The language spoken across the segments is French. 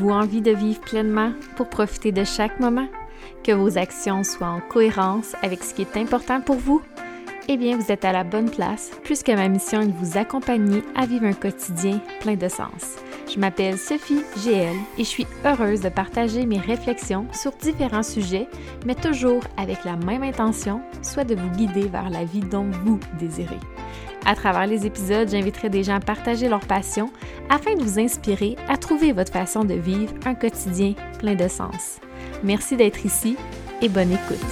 Avez-vous envie de vivre pleinement pour profiter de chaque moment? Que vos actions soient en cohérence avec ce qui est important pour vous? Eh bien, vous êtes à la bonne place, puisque ma mission est de vous accompagner à vivre un quotidien plein de sens. Je m'appelle Sophie GL et je suis heureuse de partager mes réflexions sur différents sujets, mais toujours avec la même intention, soit de vous guider vers la vie dont vous désirez. À travers les épisodes, j'inviterai des gens à partager leur passion afin de vous inspirer à trouver votre façon de vivre un quotidien plein de sens. Merci d'être ici et bonne écoute.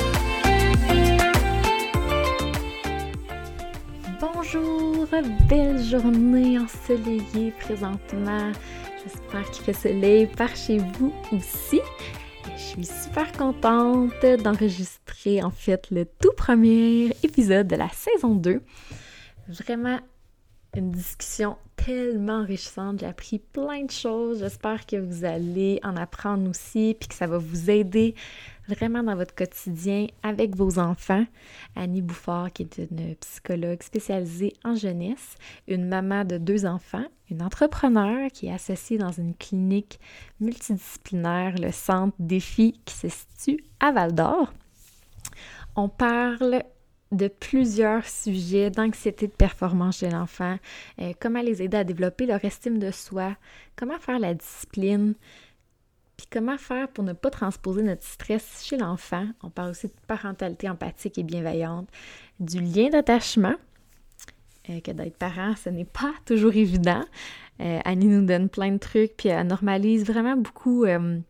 Bonjour, belle journée ensoleillée présentement. J'espère qu'il fait soleil par chez vous aussi. Je suis super contente d'enregistrer en fait le tout premier épisode de la saison 2. Vraiment une discussion tellement enrichissante. J'ai appris plein de choses. J'espère que vous allez en apprendre aussi puis que ça va vous aider vraiment dans votre quotidien avec vos enfants. Annie Bouffard, qui est une psychologue spécialisée en jeunesse, une maman de 2 enfants, une entrepreneur qui est associée dans une clinique multidisciplinaire, le Centre Défi, qui se situe à Val-d'Or. On parle de plusieurs sujets d'anxiété de performance chez l'enfant, comment les aider à développer leur estime de soi, comment faire la discipline, puis comment faire pour ne pas transposer notre stress chez l'enfant. On parle aussi de parentalité empathique et bienveillante, du lien d'attachement, que d'être parent, ce n'est pas toujours évident. Annie nous donne plein de trucs, puis elle normalise vraiment beaucoup...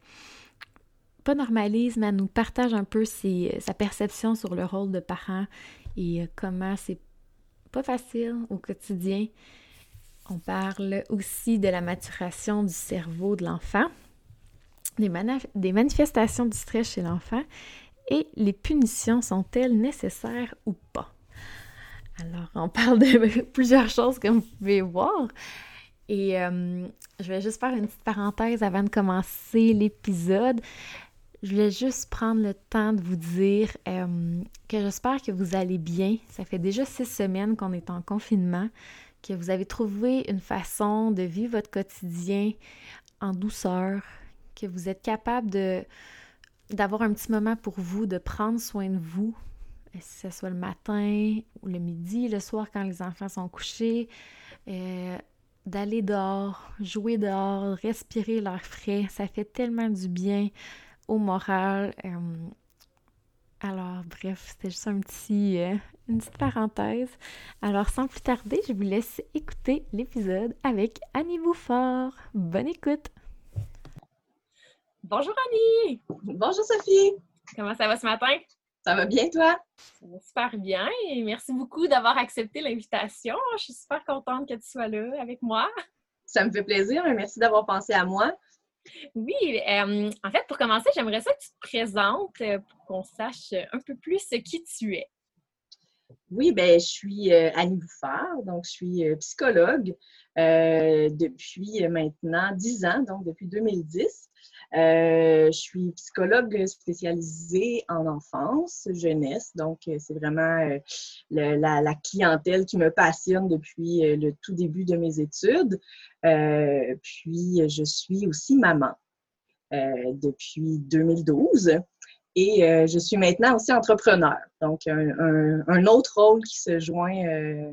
pas normalise, mais elle nous partage un peu sa perception sur le rôle de parent et comment c'est pas facile au quotidien. On parle aussi de la maturation du cerveau de l'enfant, des manifestations du stress chez l'enfant et les punitions sont-elles nécessaires ou pas? Alors, on parle de plusieurs choses comme vous pouvez voir. Et je vais juste faire une petite parenthèse avant de commencer l'épisode. Je voulais juste prendre le temps de vous dire que j'espère que vous allez bien. Ça fait déjà 6 semaines qu'on est en confinement, que vous avez trouvé une façon de vivre votre quotidien en douceur, que vous êtes capable d'avoir un petit moment pour vous, de prendre soin de vous, si ce soit le matin ou le midi, le soir quand les enfants sont couchés, d'aller dehors, jouer dehors, respirer l'air frais. Ça fait tellement du bien au moral. Alors, bref, c'était juste une petite parenthèse. Alors, sans plus tarder, je vous laisse écouter l'épisode avec Annie Bouffard. Bonne écoute! Bonjour Annie! Bonjour Sophie! Comment ça va ce matin? Ça va bien toi? Ça va super bien et merci beaucoup d'avoir accepté l'invitation. Je suis super contente que tu sois là avec moi. Ça me fait plaisir, merci d'avoir pensé à moi. Oui, en fait, pour commencer, j'aimerais ça que tu te présentes pour qu'on sache un peu plus qui tu es. Oui, je suis Annie Bouffard, donc je suis psychologue depuis maintenant 10 ans, donc depuis 2010. Je suis psychologue spécialisée en enfance, jeunesse, donc c'est vraiment la clientèle qui me passionne depuis le tout début de mes études. Puis, je suis aussi maman depuis 2012 et je suis maintenant aussi entrepreneur. Donc, un autre rôle qui se joint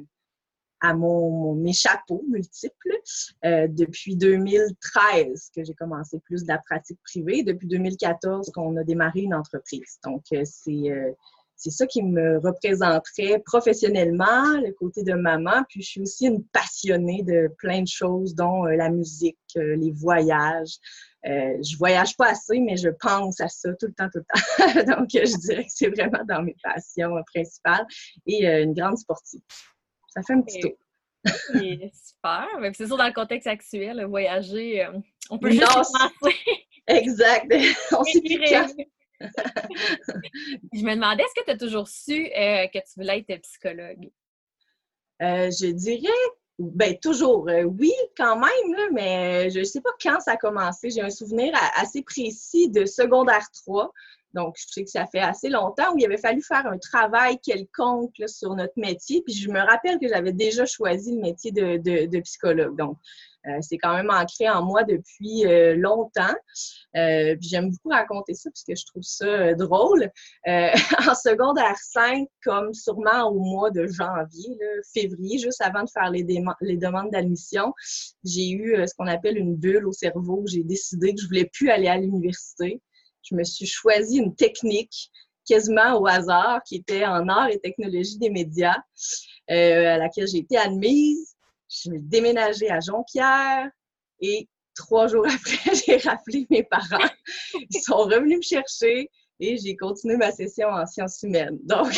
à mes chapeaux multiples depuis 2013 que j'ai commencé plus de la pratique privée. Depuis 2014 qu'on a démarré une entreprise. Donc, c'est ça qui me représenterait professionnellement, le côté de maman. Puis, je suis aussi une passionnée de plein de choses, dont la musique, les voyages. Je voyage pas assez, mais je pense à ça tout le temps. Donc, je dirais que c'est vraiment dans mes passions principales et une grande sportive. Ça fait un petit tour. Super. Mais c'est sûr, dans le contexte actuel, voyager, on peut juste y penser. Exact. On s'y pique. Je me demandais, est-ce que tu as toujours su que tu voulais être psychologue? Je dirais, toujours, oui, quand même, là, mais je ne sais pas quand ça a commencé. J'ai un souvenir assez précis de secondaire 3. Donc, je sais que ça fait assez longtemps où il avait fallu faire un travail quelconque là, sur notre métier. Puis, je me rappelle que j'avais déjà choisi le métier de psychologue. Donc, c'est quand même ancré en moi depuis longtemps. Puis j'aime beaucoup raconter ça parce que je trouve ça drôle. En secondaire 5, comme sûrement au mois de janvier, là, février, juste avant de faire les demandes d'admission, j'ai eu ce qu'on appelle une bulle au cerveau. J'ai décidé que je voulais plus aller à l'université. Je me suis choisi une technique quasiment au hasard qui était en arts et technologie des médias à laquelle j'ai été admise. Je me déménagé à Jonquière et 3 jours après, j'ai rappelé mes parents. Ils sont revenus me chercher et j'ai continué ma session en sciences humaines. Donc,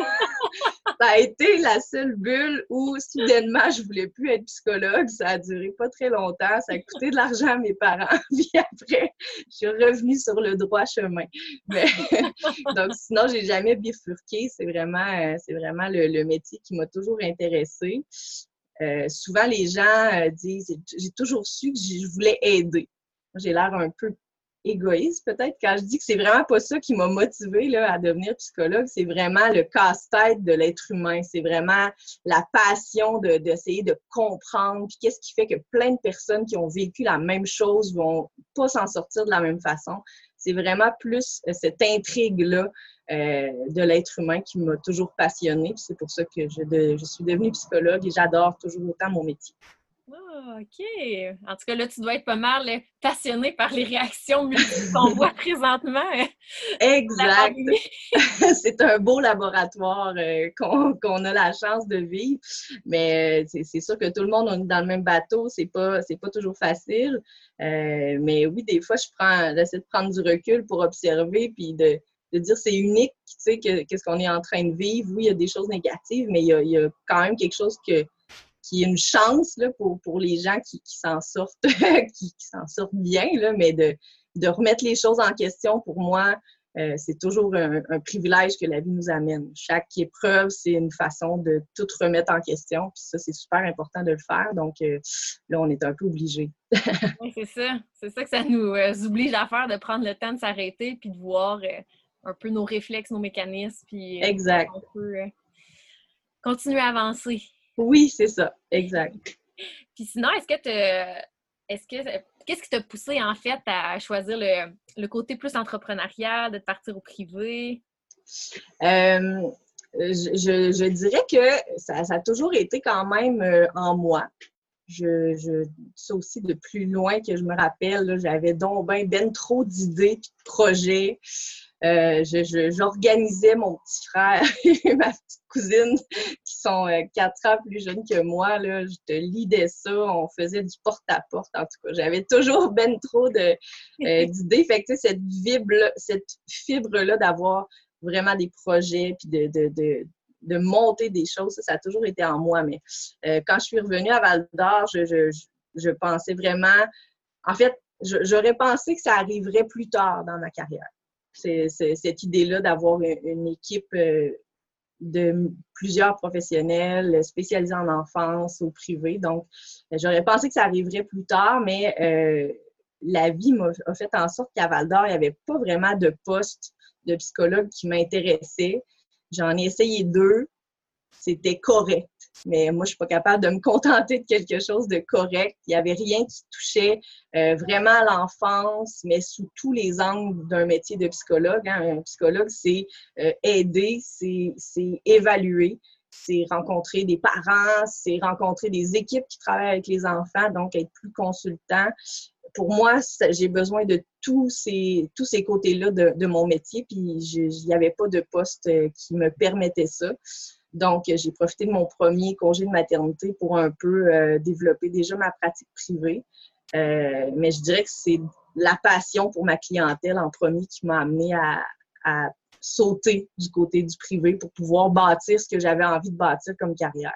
ça a été la seule bulle où, soudainement, je voulais plus être psychologue. Ça a duré pas très longtemps. Ça a coûté de l'argent à mes parents. Puis après, je suis revenue sur le droit chemin. Mais, donc, sinon, j'ai jamais bifurqué. C'est vraiment le métier qui m'a toujours intéressée. Souvent, les gens disent « J'ai toujours su que je voulais aider ». J'ai l'air un peu égoïste, peut-être, quand je dis que c'est vraiment pas ça qui m'a motivée là, à devenir psychologue. C'est vraiment le casse-tête de l'être humain. C'est vraiment la passion d'essayer de comprendre. Puis qu'est-ce qui fait que plein de personnes qui ont vécu la même chose vont pas s'en sortir de la même façon. C'est vraiment plus cette intrigue-là de l'être humain qui m'a toujours passionnée. Puis c'est pour ça que je suis devenue psychologue et j'adore toujours autant mon métier. Ah, OK. En tout cas, là, tu dois être pas mal passionné par les réactions multiples qu'on voit présentement. Exact. C'est un beau laboratoire qu'on a la chance de vivre. Mais c'est sûr que tout le monde, on est dans le même bateau. C'est pas toujours facile. Mais oui, des fois, j'essaie de prendre du recul pour observer puis de dire c'est unique, tu sais, qu'est-ce qu'on est en train de vivre. Oui, il y a des choses négatives, mais il y a quand même quelque chose qui est une chance là, pour les gens qui s'en sortent, qui s'en sortent bien, là, mais de remettre les choses en question, pour moi, c'est toujours un privilège que la vie nous amène. Chaque épreuve, c'est une façon de tout remettre en question, puis ça, c'est super important de le faire. Donc, là, on est un peu obligés. Oui, c'est ça. C'est ça que ça nous oblige à faire, de prendre le temps de s'arrêter puis de voir un peu nos réflexes, nos mécanismes, puis exact. On peut continuer à avancer. Oui, c'est ça. Exact. Puis sinon, qu'est-ce qui t'a poussé, en fait, à choisir le côté plus entrepreneurial, de partir au privé? Je dirais que ça a toujours été quand même en moi. Ça aussi, de plus loin que je me rappelle, là, j'avais donc ben trop d'idées et de projets. J'organisais mon petit frère et ma petite cousine qui sont 4 ans plus jeunes que moi. Là, je te lidais ça, on faisait du porte-à-porte. En tout cas, j'avais toujours ben trop d'idées. Fait que, cette fibre-là d'avoir vraiment des projets puis de monter des choses, ça a toujours été en moi. Mais quand je suis revenue à Val-d'Or, je pensais vraiment... En fait, j'aurais pensé que ça arriverait plus tard dans ma carrière. C'est cette idée-là d'avoir une équipe de plusieurs professionnels spécialisés en enfance au privé. Donc, j'aurais pensé que ça arriverait plus tard, mais la vie a fait en sorte qu'à Val-d'Or, il n'y avait pas vraiment de poste de psychologue qui m'intéressait. J'en ai essayé 2. C'était correct. Mais moi, je suis pas capable de me contenter de quelque chose de correct. Il n'y avait rien qui touchait vraiment à l'enfance, mais sous tous les angles d'un métier de psychologue. Hein. Un psychologue, c'est aider, c'est évaluer, c'est rencontrer des parents, c'est rencontrer des équipes qui travaillent avec les enfants, donc être plus consultant. Pour moi, j'ai besoin de tous ces côtés-là de mon métier, puis il n'y avait pas de poste qui me permettait ça. Donc, j'ai profité de mon premier congé de maternité pour un peu développer déjà ma pratique privée. Mais je dirais que c'est la passion pour ma clientèle en premier qui m'a amenée à sauter du côté du privé pour pouvoir bâtir ce que j'avais envie de bâtir comme carrière.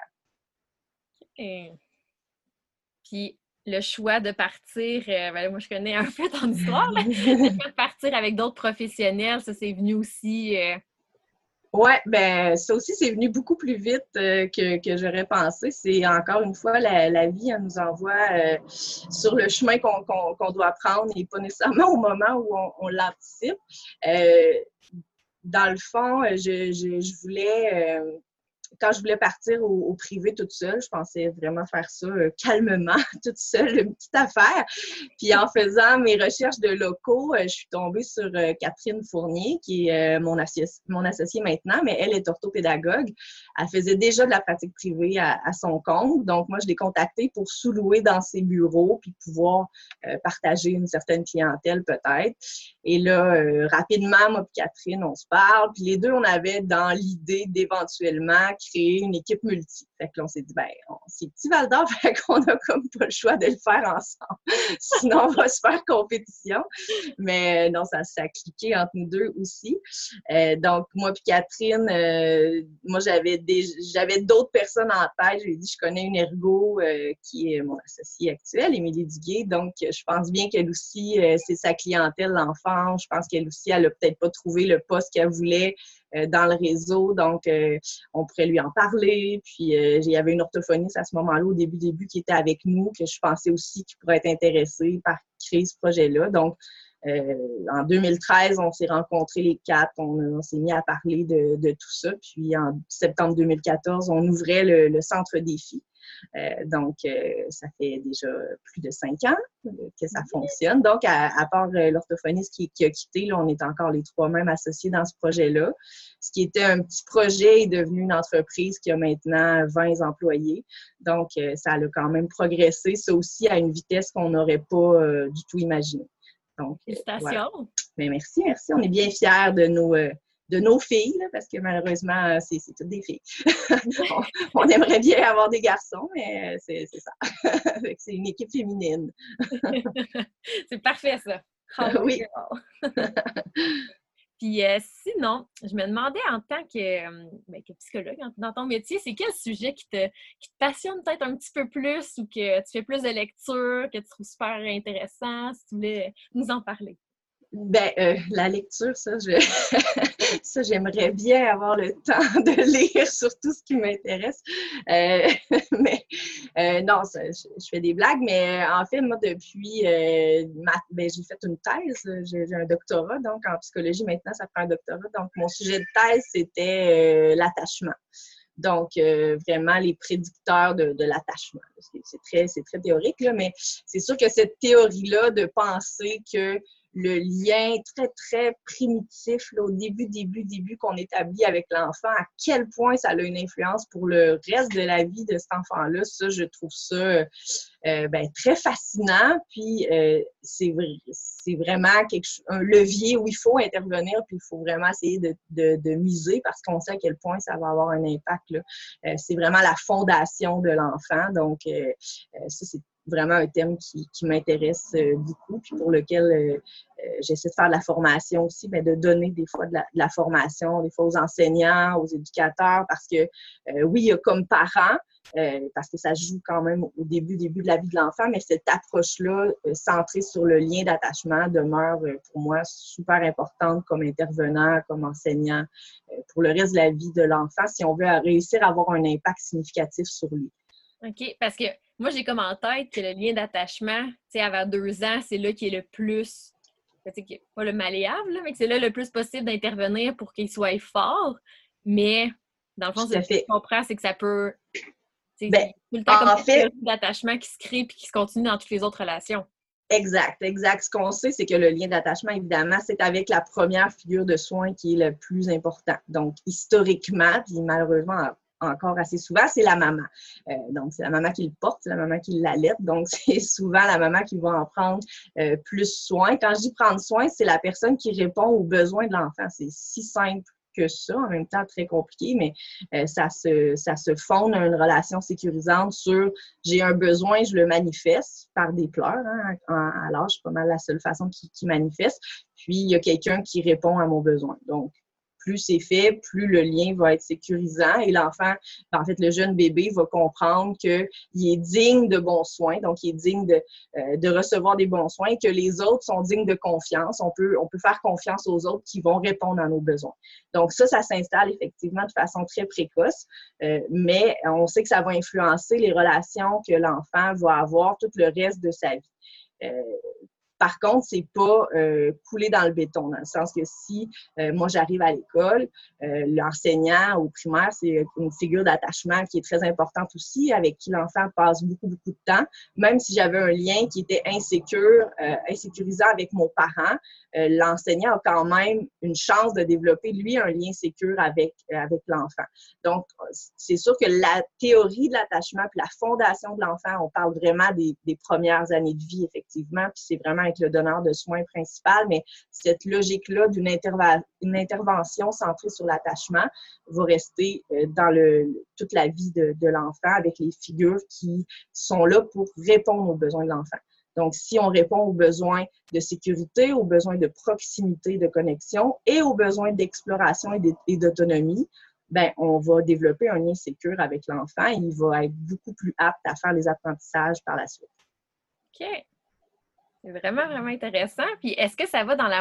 Puis, le choix de partir, moi, je connais un peu ton histoire, le choix de partir avec d'autres professionnels, ça, c'est venu aussi... Ouais, ben ça aussi, c'est venu beaucoup plus vite que j'aurais pensé. C'est encore une fois, la vie, elle nous envoie sur le chemin qu'on doit prendre et pas nécessairement au moment où on l'anticipe. Euh, Dans le fond, je voulais quand je voulais partir au privé toute seule, je pensais vraiment faire ça calmement, toute seule, une petite affaire. Puis en faisant mes recherches de locaux, je suis tombée sur Catherine Fournier, qui est mon associée maintenant, mais elle est orthopédagogue. Elle faisait déjà de la pratique privée à son compte. Donc, moi, je l'ai contactée pour sous-louer dans ses bureaux puis pouvoir partager une certaine clientèle peut-être. Et là, rapidement, moi et Catherine, on se parle. Puis les deux, on avait dans l'idée d'éventuellement créer une équipe multi. Fait que là, on s'est dit, ben, c'est petit Val-d'Or, fait qu'on a comme pas le choix de le faire ensemble. Sinon, on va se faire compétition. Mais non, ça a cliqué entre nous deux aussi. Donc, moi puis Catherine, moi, j'avais d'autres personnes en tête. J'ai dit, je connais une ergo qui est mon associée actuelle, Émilie Duguay. Donc, je pense bien qu'elle aussi, c'est sa clientèle, l'enfant. Je pense qu'elle aussi, elle a peut-être pas trouvé le poste qu'elle voulait dans le réseau. Donc, on pourrait lui en parler. Puis, il y avait une orthophoniste à ce moment-là, au début, qui était avec nous, que je pensais aussi qu'il pourrait être intéressé par créer ce projet-là. Donc, en 2013, on s'est rencontrés les quatre, on s'est mis à parler de tout ça. Puis en septembre 2014, on ouvrait le centre défi. Donc, ça fait déjà plus de 5 ans que ça fonctionne. Donc, à part l'orthophoniste qui a quitté, là, on est encore les trois mêmes associés dans ce projet-là. Ce qui était un petit projet est devenu une entreprise qui a maintenant 20 employés. Donc, ça a quand même progressé, ça aussi à une vitesse qu'on n'aurait pas du tout imaginé. Donc, félicitations! Voilà. Mais merci. On est bien fiers de nos filles, là, parce que malheureusement, c'est toutes des filles. on aimerait bien avoir des garçons, mais c'est ça. C'est une équipe féminine. C'est parfait, ça. Oui. Puis sinon, je me demandais en tant que psychologue, dans ton métier, c'est quel sujet qui te passionne peut-être un petit peu plus ou que tu fais plus de lecture, que tu trouves super intéressant, si tu voulais nous en parler? Ben, la lecture, ça, ça, j'aimerais bien avoir le temps de lire sur tout ce qui m'intéresse. Mais non, je fais des blagues, mais en fait, moi, depuis, j'ai fait une thèse, j'ai un doctorat, donc en psychologie, maintenant, ça prend un doctorat. Donc, mon sujet de thèse, c'était l'attachement. Donc, vraiment, les prédicteurs de l'attachement. C'est très théorique, là, mais c'est sûr que cette théorie-là de penser que le lien très, très primitif là, au début qu'on établit avec l'enfant, à quel point ça a une influence pour le reste de la vie de cet enfant-là, ça, je trouve ça très fascinant. Puis, c'est vraiment un levier où il faut intervenir, puis il faut vraiment essayer de miser parce qu'on sait à quel point ça va avoir un impact. Là. C'est vraiment la fondation de l'enfant. Donc, ça, c'est vraiment un thème qui m'intéresse beaucoup, puis pour lequel j'essaie de faire de la formation aussi, mais de donner des fois de la formation, des fois aux enseignants, aux éducateurs, parce que oui, il y a comme parents, parce que ça joue quand même au début de la vie de l'enfant, mais cette approche-là, centrée sur le lien d'attachement, demeure pour moi super importante comme intervenant, comme enseignant, pour le reste de la vie de l'enfant, si on veut réussir à avoir un impact significatif sur lui. OK, parce que moi, j'ai comme en tête que le lien d'attachement, tu sais, avant 2 ans, c'est là qui est le plus, pas le malléable, là, mais que c'est là le plus possible d'intervenir pour qu'il soit fort. Mais, dans le fond, ce que je comprends, c'est que ça peut, tout le temps comme une théorie d'attachement qui se crée et qui se continue dans toutes les autres relations. Exact. Ce qu'on sait, c'est que le lien d'attachement, évidemment, c'est avec la première figure de soin qui est le plus important. Donc, historiquement, puis malheureusement, encore assez souvent, c'est la maman. Donc, c'est la maman qui le porte, c'est la maman qui l'allaite. Donc, c'est souvent la maman qui va en prendre plus soin. Quand je dis prendre soin, c'est la personne qui répond aux besoins de l'enfant. C'est si simple que ça, en même temps très compliqué, mais ça se fonde à une relation sécurisante sur j'ai un besoin, je le manifeste par des pleurs. Hein, à l'âge, c'est pas mal la seule façon qui manifeste. Puis, il y a quelqu'un qui répond à mon besoin. Donc, plus c'est fait, plus le lien va être sécurisant et l'enfant, en fait, le jeune bébé va comprendre qu'il est digne de bons soins, donc il est digne de recevoir des bons soins et que les autres sont dignes de confiance. On peut faire confiance aux autres qui vont répondre à nos besoins. Donc ça s'installe effectivement de façon très précoce, mais on sait que ça va influencer les relations que l'enfant va avoir tout le reste de sa vie. Par contre, c'est pas coulé dans le béton, dans le sens que si moi j'arrive à l'école, l'enseignant au primaire, c'est une figure d'attachement qui est très importante aussi, avec qui l'enfant passe beaucoup, beaucoup de temps. Même si j'avais un lien qui était insécurisant avec mon parent, l'enseignant a quand même une chance de développer, lui, un lien sécure avec l'enfant. Donc, c'est sûr que la théorie de l'attachement puis la fondation de l'enfant, on parle vraiment des premières années de vie, effectivement, puis c'est vraiment avec le donneur de soins principal, mais cette logique-là d'une intervention centrée sur l'attachement va rester dans toute la vie de l'enfant avec les figures qui sont là pour répondre aux besoins de l'enfant. Donc, si on répond aux besoins de sécurité, aux besoins de proximité, de connexion et aux besoins d'exploration et d'autonomie, ben, on va développer un lien sécure avec l'enfant et il va être beaucoup plus apte à faire les apprentissages par la suite. OK. C'est vraiment, vraiment intéressant. Puis, est-ce que ça va dans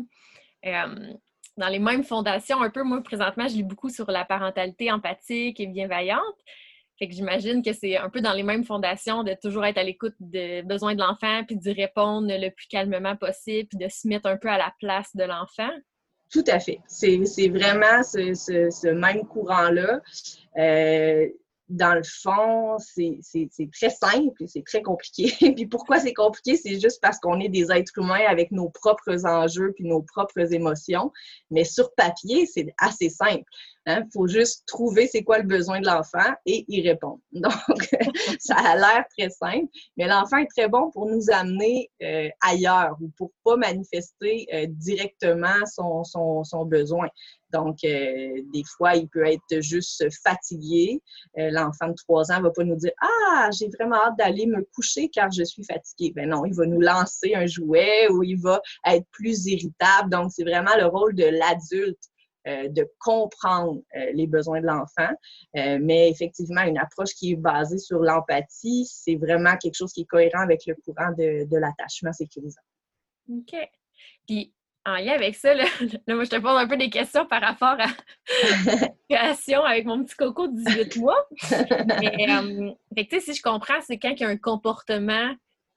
dans les mêmes fondations un peu? Moi, présentement, je lis beaucoup sur la parentalité empathique et bienveillante. Fait que j'imagine que c'est un peu dans les mêmes fondations de toujours être à l'écoute des besoins de l'enfant puis d'y répondre le plus calmement possible puis de se mettre un peu à la place de l'enfant. Tout à fait. C'est vraiment ce même courant-là. Dans le fond, c'est très simple et c'est très compliqué. Puis pourquoi c'est compliqué? C'est juste parce qu'on est des êtres humains avec nos propres enjeux puis nos propres émotions. Mais sur papier, c'est assez simple. Il faut juste trouver c'est quoi le besoin de l'enfant et y répondre. Donc, ça a l'air très simple, mais l'enfant est très bon pour nous amener ailleurs ou pour pas manifester directement son besoin. Donc, des fois, il peut être juste fatigué. L'enfant de 3 ans ne va pas nous dire « Ah, j'ai vraiment hâte d'aller me coucher car je suis fatigué. » Ben non, il va nous lancer un jouet ou il va être plus irritable. Donc, c'est vraiment le rôle de l'adulte de comprendre les besoins de l'enfant. Mais effectivement, une approche qui est basée sur l'empathie, c'est vraiment quelque chose qui est cohérent avec le courant de l'attachement sécurisant. OK. Puis, en lien avec ça, là, moi, je te pose un peu des questions par rapport à la situation avec mon petit coco de 18 mois. Mais, fait que, tu sais, si je comprends, c'est quand il y a un comportement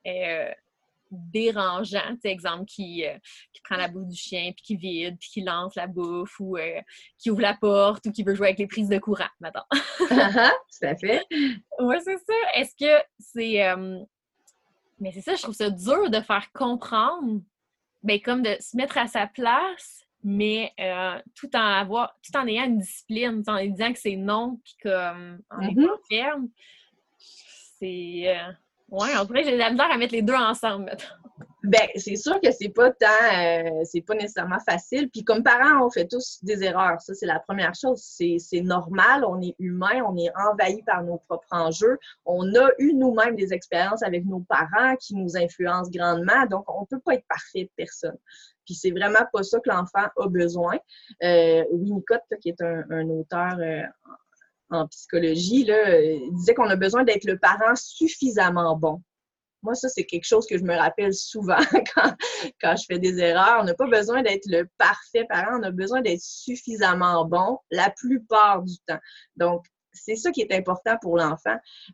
dérangeant, tu sais, exemple, qui prend la bouffe du chien, puis qui vide, puis qui lance la bouffe, ou qui ouvre la porte, ou qui veut jouer avec les prises de courant, mettons. Tout à fait. Oui, c'est ça. Est-ce que c'est... Mais c'est ça, je trouve ça dur de faire comprendre, ben comme de se mettre à sa place, mais tout en ayant une discipline, en disant que c'est non, puis comme en étant ferme. C'est... Ouais, on dirait que j'ai de la misère à mettre les deux ensemble, mettons. Ben, c'est sûr que c'est pas nécessairement facile. Puis comme parents, on fait tous des erreurs. Ça, c'est la première chose. C'est normal, on est humain, on est envahi par nos propres enjeux. On a eu nous-mêmes des expériences avec nos parents qui nous influencent grandement. Donc, on peut pas être parfait de personne. Puis c'est vraiment pas ça que l'enfant a besoin. Winnicott, qui est un auteur en psychologie, là, disait qu'on a besoin d'être le parent suffisamment bon. Moi, ça, c'est quelque chose que je me rappelle souvent quand je fais des erreurs. On n'a pas besoin d'être le parfait parent, on a besoin d'être suffisamment bon la plupart du temps. Donc, c'est ça qui est important pour l'enfant,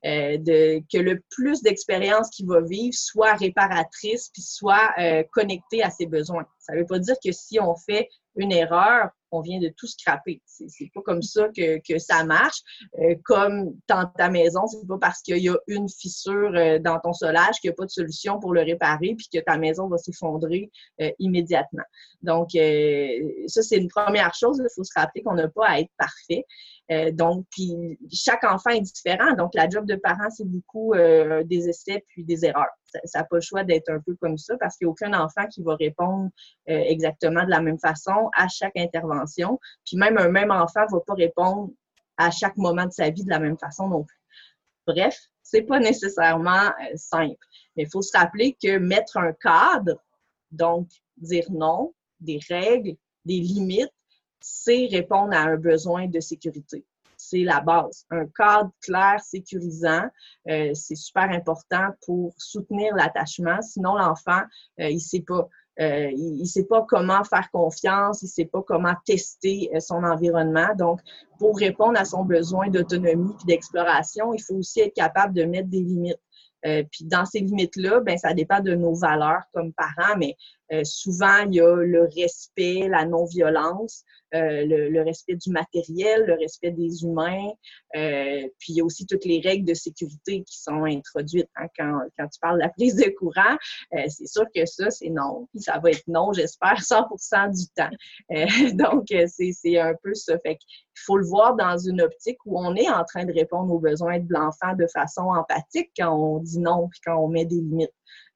que le plus d'expériences qu'il va vivre soit réparatrice puis soit connectée à ses besoins. Ça ne veut pas dire que si on fait une erreur, on vient de tout scraper. C'est pas comme ça que ça marche. Comme dans ta maison, c'est pas parce qu'il y a une fissure dans ton solage qu'il n'y a pas de solution pour le réparer puis que ta maison va s'effondrer immédiatement. Donc, ça, c'est une première chose. Il faut se rappeler qu'on n'a pas à être parfait. Donc, puis chaque enfant est différent. Donc, la job de parent, c'est beaucoup des essais puis des erreurs. Ça n'a pas le choix d'être un peu comme ça parce qu'il n'y a aucun enfant qui va répondre exactement de la même façon à chaque intervention. Puis même un même enfant ne va pas répondre à chaque moment de sa vie de la même façon non plus. Bref, c'est pas nécessairement simple. Mais il faut se rappeler que mettre un cadre, donc dire non, des règles, des limites, c'est répondre à un besoin de sécurité. C'est la base. Un cadre clair, sécurisant, c'est super important pour soutenir l'attachement. Sinon, l'enfant, il sait pas. Il sait pas comment faire confiance, il sait pas comment tester son environnement. Donc, pour répondre à son besoin d'autonomie et d'exploration, il faut aussi être capable de mettre des limites. Puis dans ces limites-là, ben ça dépend de nos valeurs comme parents, mais souvent, il y a le respect, la non-violence, le respect du matériel, le respect des humains, puis il y a aussi toutes les règles de sécurité qui sont introduites. Hein, quand tu parles de la prise de courant, c'est sûr que ça, c'est non. Puis ça va être non, j'espère, 100% du temps. Donc, c'est un peu ça. Fait qu'il faut le voir dans une optique où on est en train de répondre aux besoins de l'enfant de façon empathique quand on dit non puis quand on met des limites.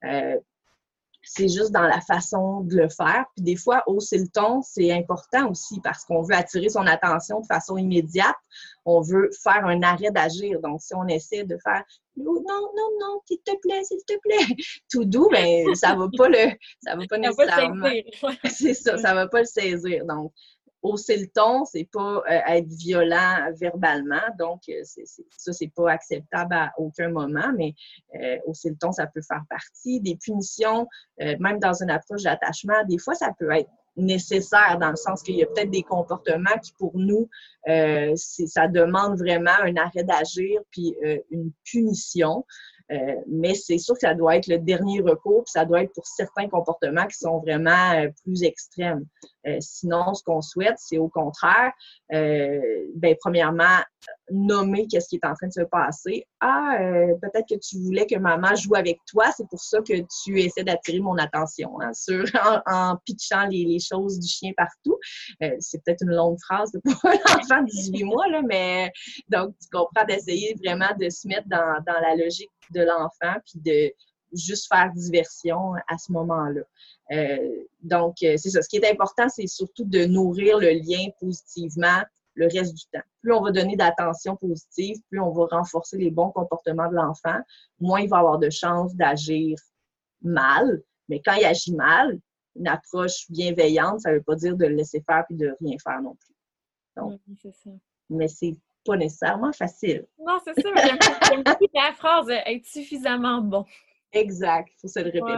C'est juste dans la façon de le faire. Puis des fois, hausser le ton, c'est important aussi parce qu'on veut attirer son attention de façon immédiate. On veut faire un arrêt d'agir. Donc, si on essaie de faire « Non, non, non, s'il te plaît », tout doux, bien, ça va pas nécessairement. C'est ça va pas le saisir. Donc, hausser le ton, c'est pas être violent verbalement, donc ça, c'est pas acceptable à aucun moment, mais hausser le ton, ça peut faire partie. Des punitions, même dans une approche d'attachement, des fois, ça peut être nécessaire dans le sens qu'il y a peut-être des comportements qui, pour nous, ça demande vraiment un arrêt d'agir puis une punition. Mais c'est sûr que ça doit être le dernier recours, puis ça doit être pour certains comportements qui sont vraiment plus extrêmes. Sinon, ce qu'on souhaite, c'est au contraire, premièrement, nommer qu'est-ce qui est en train de se passer. Peut-être que tu voulais que maman joue avec toi, c'est pour ça que tu essaies d'attirer mon attention, hein, en pitchant les choses du chien partout. C'est peut-être une longue phrase pour un enfant de 18 mois, là, mais donc tu comprends d'essayer vraiment de se mettre dans la logique de l'enfant puis de juste faire diversion à ce moment-là. Donc, c'est ça. Ce qui est important, c'est surtout de nourrir le lien positivement le reste du temps. Plus on va donner d'attention positive, plus on va renforcer les bons comportements de l'enfant, moins il va avoir de chances d'agir mal. Mais quand il agit mal, une approche bienveillante, ça ne veut pas dire de le laisser faire puis de rien faire non plus. Donc, oui, c'est ça. Mais c'est pas nécessairement facile. Non, c'est ça. J'aime beaucoup la phrase « être suffisamment bon ». Exact, il faut se le répéter.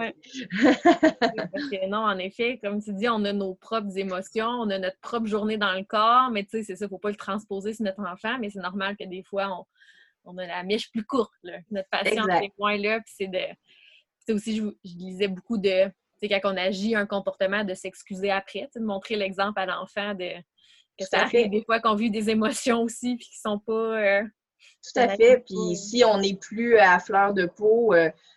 Ouais. Parce que non, en effet, comme tu dis, on a nos propres émotions, on a notre propre journée dans le corps, mais tu sais, c'est ça, il ne faut pas le transposer sur notre enfant, mais c'est normal que des fois, on a la mèche plus courte, là. Notre patience est moins là, puis c'est aussi, je lisais beaucoup de, tu sais, quand on agit un comportement, de s'excuser après, tu sais, de montrer l'exemple à l'enfant que ça arrive des fois qu'on vit des émotions aussi, puis qui sont pas... Tout à fait, puis si on n'est plus à fleur de peau...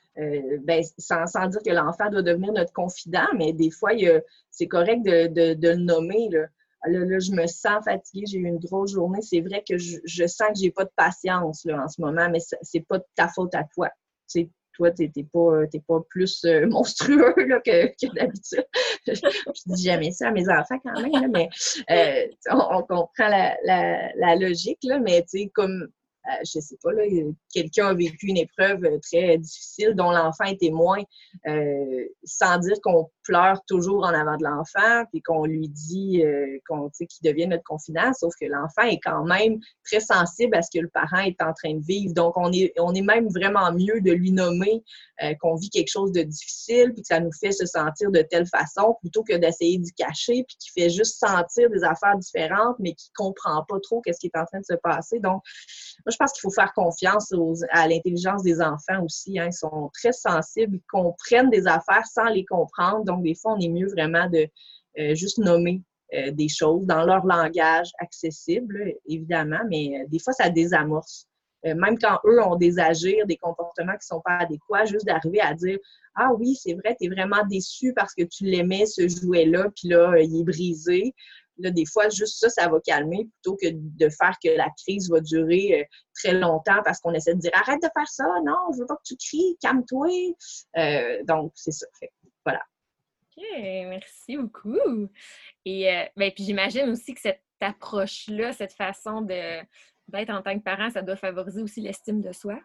sans dire que l'enfant doit devenir notre confident, mais des fois, c'est correct de le nommer. Là, je me sens fatiguée, j'ai eu une grosse journée. C'est vrai que je sens que j'ai pas de patience là, en ce moment, mais c'est pas de ta faute à toi. Tu sais, toi, t'es pas plus monstrueux là, que d'habitude. Je dis jamais ça à mes enfants quand même, là, mais on comprend la logique, là, mais tu sais, comme je sais pas, là, quelqu'un a vécu une épreuve très difficile dont l'enfant est témoin, sans dire qu'on pleure toujours en avant de l'enfant, puis qu'on lui dit qu'il devienne notre confident, sauf que l'enfant est quand même très sensible à ce que le parent est en train de vivre. Donc, on est même vraiment mieux de lui nommer qu'on vit quelque chose de difficile, puis que ça nous fait se sentir de telle façon, plutôt que d'essayer d'y cacher, puis qui fait juste sentir des affaires différentes, mais qui comprend pas trop qu'est-ce qui est en train de se passer. Donc, moi, je pense qu'il faut faire confiance à l'intelligence des enfants aussi. Hein. Ils sont très sensibles, ils comprennent des affaires sans les comprendre. Donc, des fois, on est mieux vraiment de juste nommer des choses dans leur langage accessible, évidemment, mais des fois, ça désamorce. Même quand eux ont des agirs, des comportements qui ne sont pas adéquats, juste d'arriver à dire « Ah oui, c'est vrai, tu es vraiment déçu parce que tu l'aimais, ce jouet-là, puis là, il est brisé. » Là, des fois, juste ça va calmer plutôt que de faire que la crise va durer très longtemps parce qu'on essaie de dire « Arrête de faire ça, non, je veux pas que tu cries, calme-toi. » Donc, c'est ça. Fait, voilà. OK, merci beaucoup. Et puis j'imagine aussi que cette approche-là, cette façon d'être en tant que parent, ça doit favoriser aussi l'estime de soi.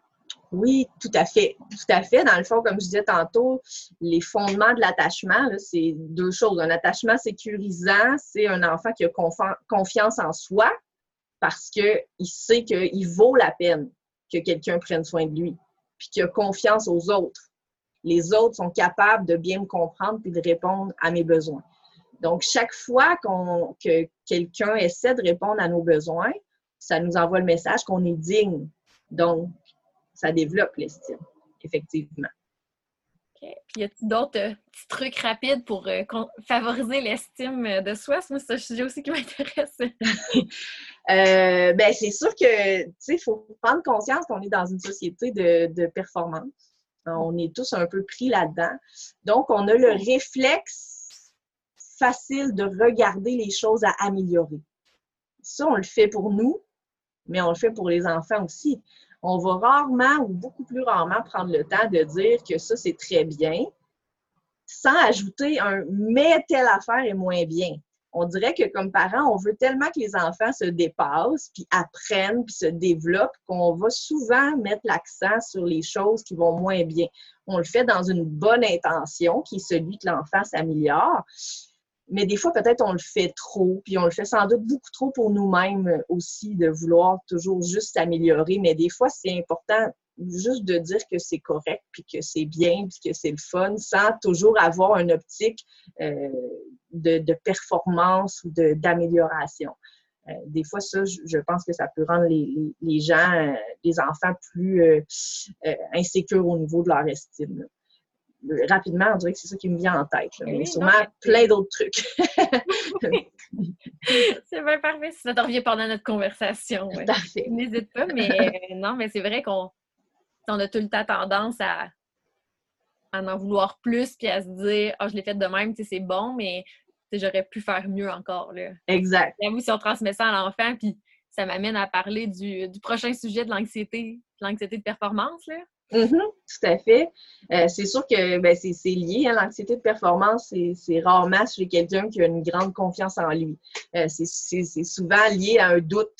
Oui, tout à fait. Tout à fait. Dans le fond, comme je disais tantôt, les fondements de l'attachement, là, c'est deux choses. Un attachement sécurisant, c'est un enfant qui a confiance en soi parce qu'il sait qu'il vaut la peine que quelqu'un prenne soin de lui, puis qu'il a confiance aux autres. Les autres sont capables de bien me comprendre puis de répondre à mes besoins. Donc, chaque fois que quelqu'un essaie de répondre à nos besoins, ça nous envoie le message qu'on est digne. Donc, ça développe l'estime, effectivement. OK. Puis, y a-t-il d'autres petits trucs rapides pour favoriser l'estime de soi? Moi, c'est un sujet aussi qui m'intéresse. Ben, c'est sûr que, tu sais, il faut prendre conscience qu'on est dans une société de performance. On est tous un peu pris là-dedans. Donc, on a le réflexe facile de regarder les choses à améliorer. Ça, on le fait pour nous, mais on le fait pour les enfants aussi. On va rarement ou beaucoup plus rarement prendre le temps de dire que ça, c'est très bien, sans ajouter un « mais telle affaire est moins bien ». On dirait que comme parents, on veut tellement que les enfants se dépassent, puis apprennent, puis se développent, qu'on va souvent mettre l'accent sur les choses qui vont moins bien. On le fait dans une bonne intention, qui est celui que l'enfant s'améliore, mais des fois, peut-être, on le fait trop, puis on le fait sans doute beaucoup trop pour nous-mêmes aussi, de vouloir toujours juste s'améliorer, mais des fois, c'est important juste de dire que c'est correct, puis que c'est bien, puis que c'est le fun, sans toujours avoir une optique de performance ou d'amélioration. Des fois, ça, je pense que ça peut rendre les gens, les enfants plus insécures au niveau de leur estime. Rapidement, on dirait que c'est ça qui me vient en tête. Là, mais sûrement plein d'autres trucs. C'est bien parfait. Si ça te revient pendant notre conversation. Ouais. Parfait. N'hésite pas, mais non, mais c'est vrai qu'on a tout le temps tendance à en vouloir plus puis à se dire « Ah, je l'ai fait de même, c'est bon, mais j'aurais pu faire mieux encore. » Exact. J'avoue, si on transmet ça à l'enfant, puis ça m'amène à parler du prochain sujet de l'anxiété de performance, là. Tout à fait. C'est sûr que ben, c'est lié. Hein, l'anxiété de performance, c'est rarement chez quelqu'un qui a une grande confiance en lui. C'est souvent lié à un doute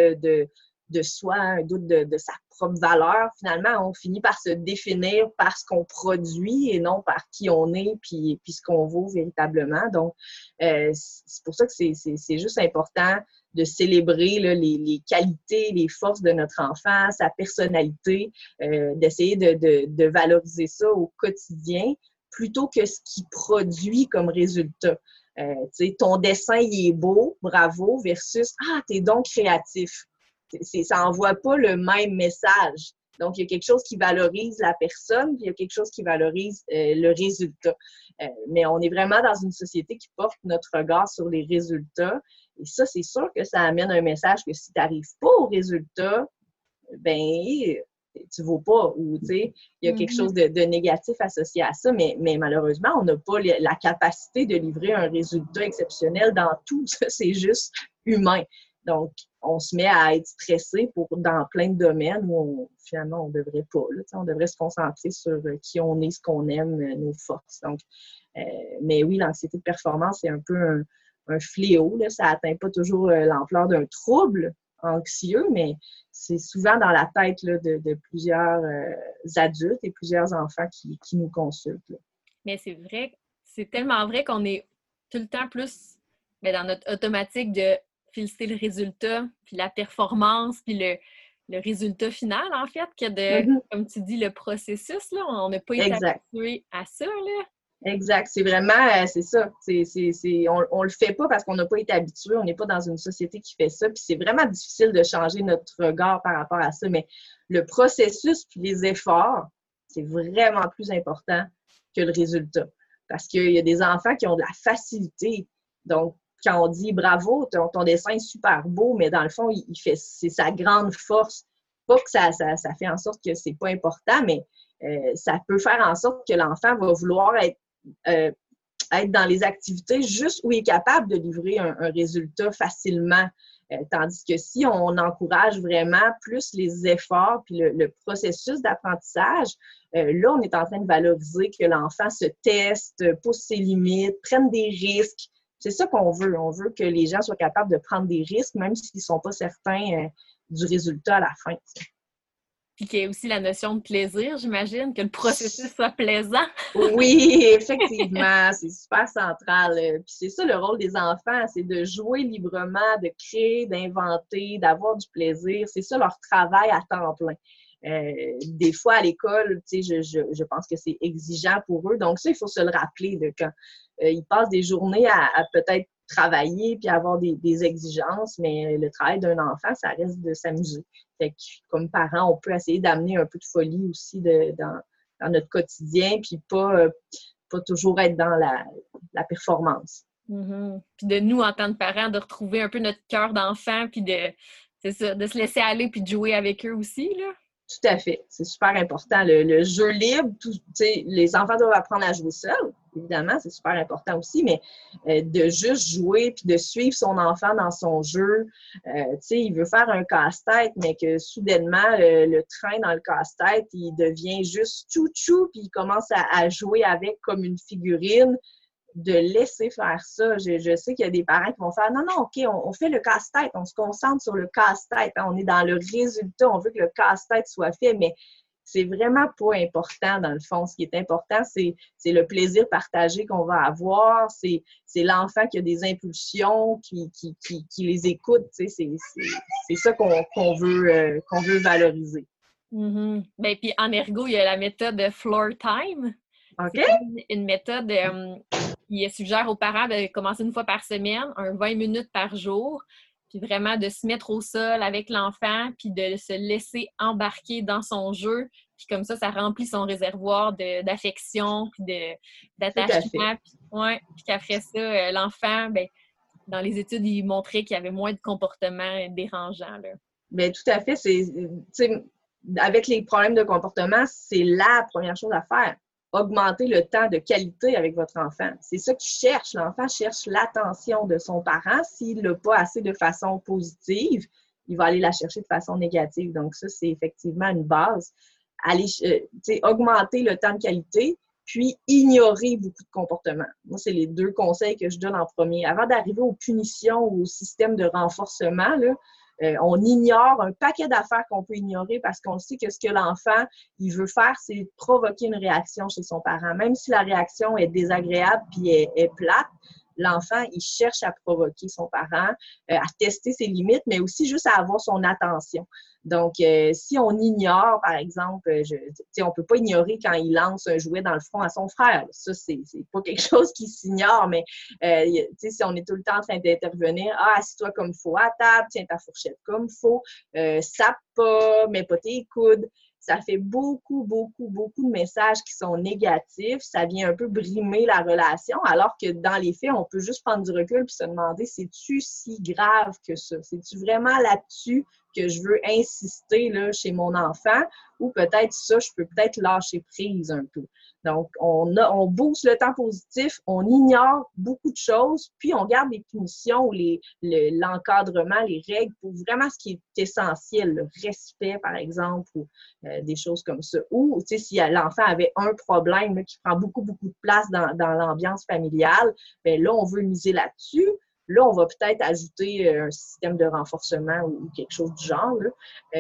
de soi, un doute de sa propre valeur. Finalement, on finit par se définir par ce qu'on produit et non par qui on est puis ce qu'on vaut véritablement. Donc, c'est pour ça que c'est juste important de célébrer là, les qualités, les forces de notre enfant, sa personnalité, d'essayer de valoriser ça au quotidien plutôt que ce qu'il produit comme résultat. Ton dessin, il est beau, bravo, versus « Ah, t'es donc créatif ». Ça n'envoie pas le même message. Donc, il y a quelque chose qui valorise la personne, puis il y a quelque chose qui valorise le résultat. Mais on est vraiment dans une société qui porte notre regard sur les résultats. Et ça, c'est sûr que ça amène un message que si tu n'arrives pas au résultat, ben tu ne vaux pas. Ou, tu sais, il y a quelque chose de négatif associé à ça, mais malheureusement, on n'a pas la capacité de livrer un résultat exceptionnel dans tout. Ça, c'est juste humain. Donc, on se met à être stressé dans plein de domaines où finalement, on ne devrait pas. Là, on devrait se concentrer sur qui on est, ce qu'on aime, nos forces. Donc, mais oui, l'anxiété de performance, c'est un peu un fléau. Là. Ça n'atteint pas toujours l'ampleur d'un trouble anxieux, mais c'est souvent dans la tête là, de plusieurs adultes et plusieurs enfants qui nous consultent. Là. Mais c'est vrai, c'est tellement vrai qu'on est tout le temps plus dans notre automatique de féliciter le résultat, puis la performance, puis le résultat final, en fait, que comme tu dis, le processus, là, on n'a pas été habitué à ça, là. Exact. C'est vraiment, c'est ça. On le fait pas parce qu'on n'a pas été habitué. On n'est pas dans une société qui fait ça. Puis c'est vraiment difficile de changer notre regard par rapport à ça. Mais le processus puis les efforts, c'est vraiment plus important que le résultat. Parce qu'il y a des enfants qui ont de la facilité. Donc, quand on dit bravo, ton dessin est super beau, mais dans le fond, c'est sa grande force. Pas que ça fait en sorte que c'est pas important, mais ça peut faire en sorte que l'enfant va vouloir être dans les activités juste où il est capable de livrer un résultat facilement. Tandis que si on encourage vraiment plus les efforts puis le processus d'apprentissage, là, on est en train de valoriser que l'enfant se teste, pousse ses limites, prenne des risques. C'est ça qu'on veut. On veut que les gens soient capables de prendre des risques, même s'ils ne sont pas certains du résultat à la fin. Puis qu'il y ait aussi la notion de plaisir, j'imagine, que le processus soit plaisant. Oui, effectivement, c'est super central. Puis c'est ça le rôle des enfants, c'est de jouer librement, de créer, d'inventer, d'avoir du plaisir. C'est ça leur travail à temps plein. Des fois, à l'école, tu sais, je pense que c'est exigeant pour eux. Donc ça, il faut se le rappeler de quand ils passent des journées à peut-être travailler puis avoir des exigences, mais le travail d'un enfant, ça reste de s'amuser. Fait que, comme parents, on peut essayer d'amener un peu de folie aussi dans notre quotidien, puis pas toujours être dans la performance. Mm-hmm. Puis de nous, en tant que parents, de retrouver un peu notre cœur d'enfant, puis c'est ça, de se laisser aller, puis de jouer avec eux aussi, là. Tout à fait. C'est super important. Le jeu libre, les enfants doivent apprendre à jouer seuls, évidemment, c'est super important aussi, mais de juste jouer puis de suivre son enfant dans son jeu. Il veut faire un casse-tête, mais que soudainement, le train dans le casse-tête, il devient juste chou-chou puis il commence à jouer avec comme une figurine. De laisser faire ça. Je sais qu'il y a des parents qui vont faire « Non, OK, on fait le casse-tête, on se concentre sur le casse-tête, hein, on est dans le résultat, on veut que le casse-tête soit fait, mais c'est vraiment pas important dans le fond. Ce qui est important, c'est le plaisir partagé qu'on va avoir, c'est l'enfant qui a des impulsions, qui les écoute, c'est ça qu'on veut valoriser. Mm-hmm. Ben, puis en ergo, il y a la méthode de floor time. OK? C'est une méthode qui suggère aux parents de commencer une fois par semaine, 20 minutes par jour, puis vraiment de se mettre au sol avec l'enfant, puis de se laisser embarquer dans son jeu. Puis comme ça remplit son réservoir d'affection, puis d'attachement. Puis qu'après ça, l'enfant, ben, dans les études, il montrait qu'il y avait moins de comportements dérangeants, là. Bien, tout à fait. Avec les problèmes de comportement, c'est la première chose à faire. Augmenter le temps de qualité avec votre enfant. C'est ça qu'il cherche. L'enfant cherche l'attention de son parent. S'il ne l'a pas assez de façon positive, il va aller la chercher de façon négative. Donc ça, c'est effectivement une base. Augmenter le temps de qualité, puis ignorer beaucoup de comportements. Moi, c'est les 2 conseils que je donne en premier. Avant d'arriver aux punitions ou au système de renforcement, là, on ignore un paquet d'affaires qu'on peut ignorer parce qu'on sait que ce que l'enfant il veut faire, c'est provoquer une réaction chez son parent. Même si la réaction est désagréable puis est plate, l'enfant, il cherche à provoquer son parent, à tester ses limites, mais aussi juste à avoir son attention. Donc, si on ignore, par exemple, on peut pas ignorer quand il lance un jouet dans le front à son frère. Ça, c'est pas quelque chose qui s'ignore, mais si on est tout le temps en train d'intervenir, assis-toi comme il faut à table, tiens ta fourchette comme il faut, sape pas, mets pas tes coudes. Ça fait beaucoup, beaucoup, beaucoup de messages qui sont négatifs. Ça vient un peu brimer la relation, alors que dans les faits, on peut juste prendre du recul et se demander, c'est-tu si grave que ça? C'est-tu vraiment là-dessus que je veux insister là, chez mon enfant? Ou peut-être ça, je peux peut-être lâcher prise un peu. Donc, on booste le temps positif, on ignore beaucoup de choses, puis on garde les punitions ou l'encadrement, les règles pour vraiment ce qui est essentiel, le respect, par exemple, ou des choses comme ça. Ou, tu sais, si l'enfant avait un problème là, qui prend beaucoup, beaucoup de place dans l'ambiance familiale, bien là, on veut miser là-dessus. Là, on va peut-être ajouter un système de renforcement ou quelque chose du genre. Là.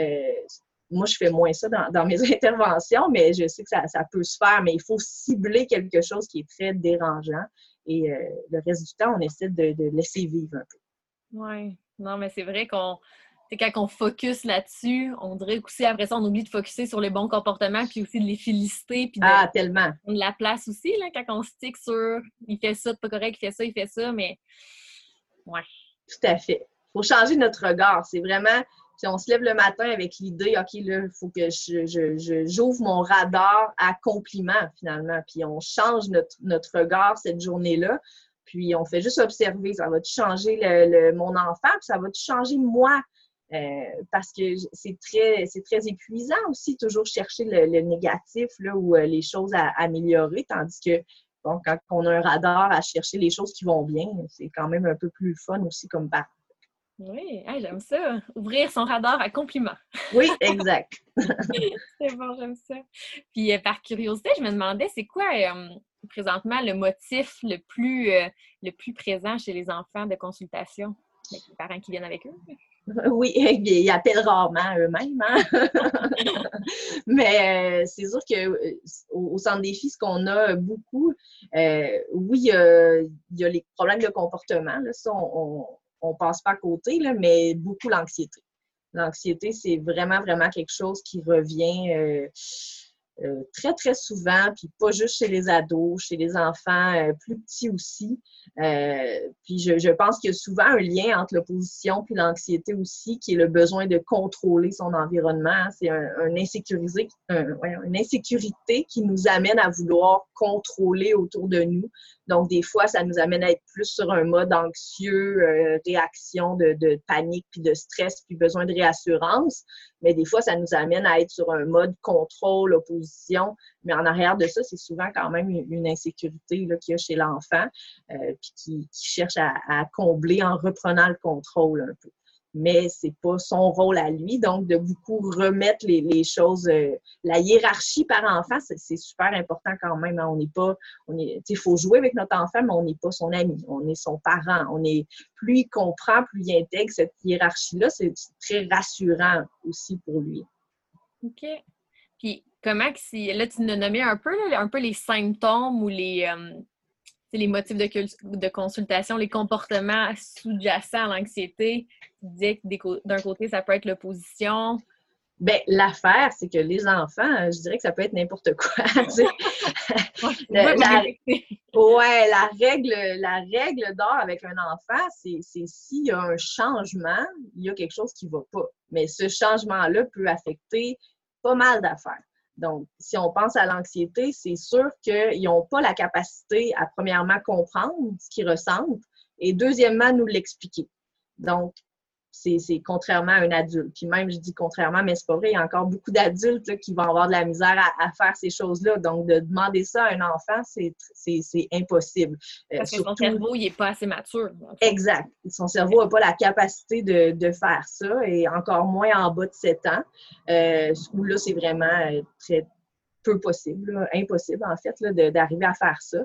Moi, je fais moins ça dans mes interventions, mais je sais que ça peut se faire, mais il faut cibler quelque chose qui est très dérangeant. Et le reste du temps, on essaie de laisser vivre un peu. Oui. Non, mais c'est vrai quand on focus là-dessus, on dirait qu'aussi, après ça, on oublie de focusser sur les bons comportements, puis aussi de les féliciter, puis tellement. de la place aussi, là, quand on stick sur « il fait ça, c'est pas correct, il fait ça », mais ouais. Tout à fait. Il faut changer notre regard. C'est vraiment... Si on se lève le matin avec l'idée, OK, là, il faut que j'ouvre mon radar à compliments, finalement. Puis on change notre regard cette journée-là. Puis on fait juste observer. Ça va-tu changer mon enfant? Puis ça va-tu changer moi? Parce que c'est très épuisant aussi, toujours chercher le négatif là, ou les choses à améliorer. Tandis que, bon, quand on a un radar à chercher les choses qui vont bien, c'est quand même un peu plus fun aussi comme parent. Oui, j'aime ça. Ouvrir son radar à compliments. Oui, exact. C'est bon, j'aime ça. Puis, par curiosité, je me demandais, c'est quoi présentement le motif le plus présent chez les enfants de consultation, avec les parents qui viennent avec eux? Oui, ils appellent rarement eux-mêmes, hein? Mais c'est sûr que au Centre des filles, ce qu'on a beaucoup, oui, il y a les problèmes de comportement, là, ça, on passe pas à côté, là, mais beaucoup l'anxiété. L'anxiété, c'est vraiment, vraiment quelque chose qui revient très, très souvent, puis pas juste chez les ados, chez les enfants plus petits aussi. Puis je pense qu'il y a souvent un lien entre l'opposition puis l'anxiété aussi, qui est le besoin de contrôler son environnement. C'est une insécurité qui nous amène à vouloir contrôler autour de nous. Donc, des fois, ça nous amène à être plus sur un mode anxieux, réaction de panique, puis de stress, puis besoin de réassurance. Mais des fois, ça nous amène à être sur un mode contrôle, opposition. Mais en arrière de ça, c'est souvent quand même une insécurité là, qu'il y a chez l'enfant, puis qui cherche à combler en reprenant le contrôle un peu. Mais c'est pas son rôle à lui, donc de beaucoup remettre les choses, la hiérarchie par enfant, c'est super important quand même. Hein. Il faut jouer avec notre enfant, mais on n'est pas son ami, on est son parent. Plus il comprend, plus il intègre cette hiérarchie-là, c'est très rassurant aussi pour lui. OK. Puis comment que si là tu nous as nommé un peu les symptômes ou les motifs de consultation, les comportements sous-jacents à l'anxiété. Tu disais que d'un côté, ça peut être l'opposition. Bien, l'affaire, c'est que les enfants, je dirais que ça peut être n'importe quoi. La règle d'or avec un enfant, c'est s'il y a un changement, il y a quelque chose qui ne va pas. Mais ce changement-là peut affecter pas mal d'affaires. Donc, si on pense à l'anxiété, c'est sûr qu'ils n'ont pas la capacité à, premièrement, comprendre ce qu'ils ressentent et, deuxièmement, nous l'expliquer. Donc, c'est contrairement à un adulte. Puis même, je dis contrairement, mais c'est pas vrai, il y a encore beaucoup d'adultes là, qui vont avoir de la misère à faire ces choses-là. Donc, de demander ça à un enfant, c'est impossible. Parce que son cerveau, il n'est pas assez mature. Exact. Son cerveau n'a pas la capacité de faire ça, et encore moins en bas de 7 ans, où là, c'est vraiment très peu possible, là, impossible en fait, d'arriver à faire ça.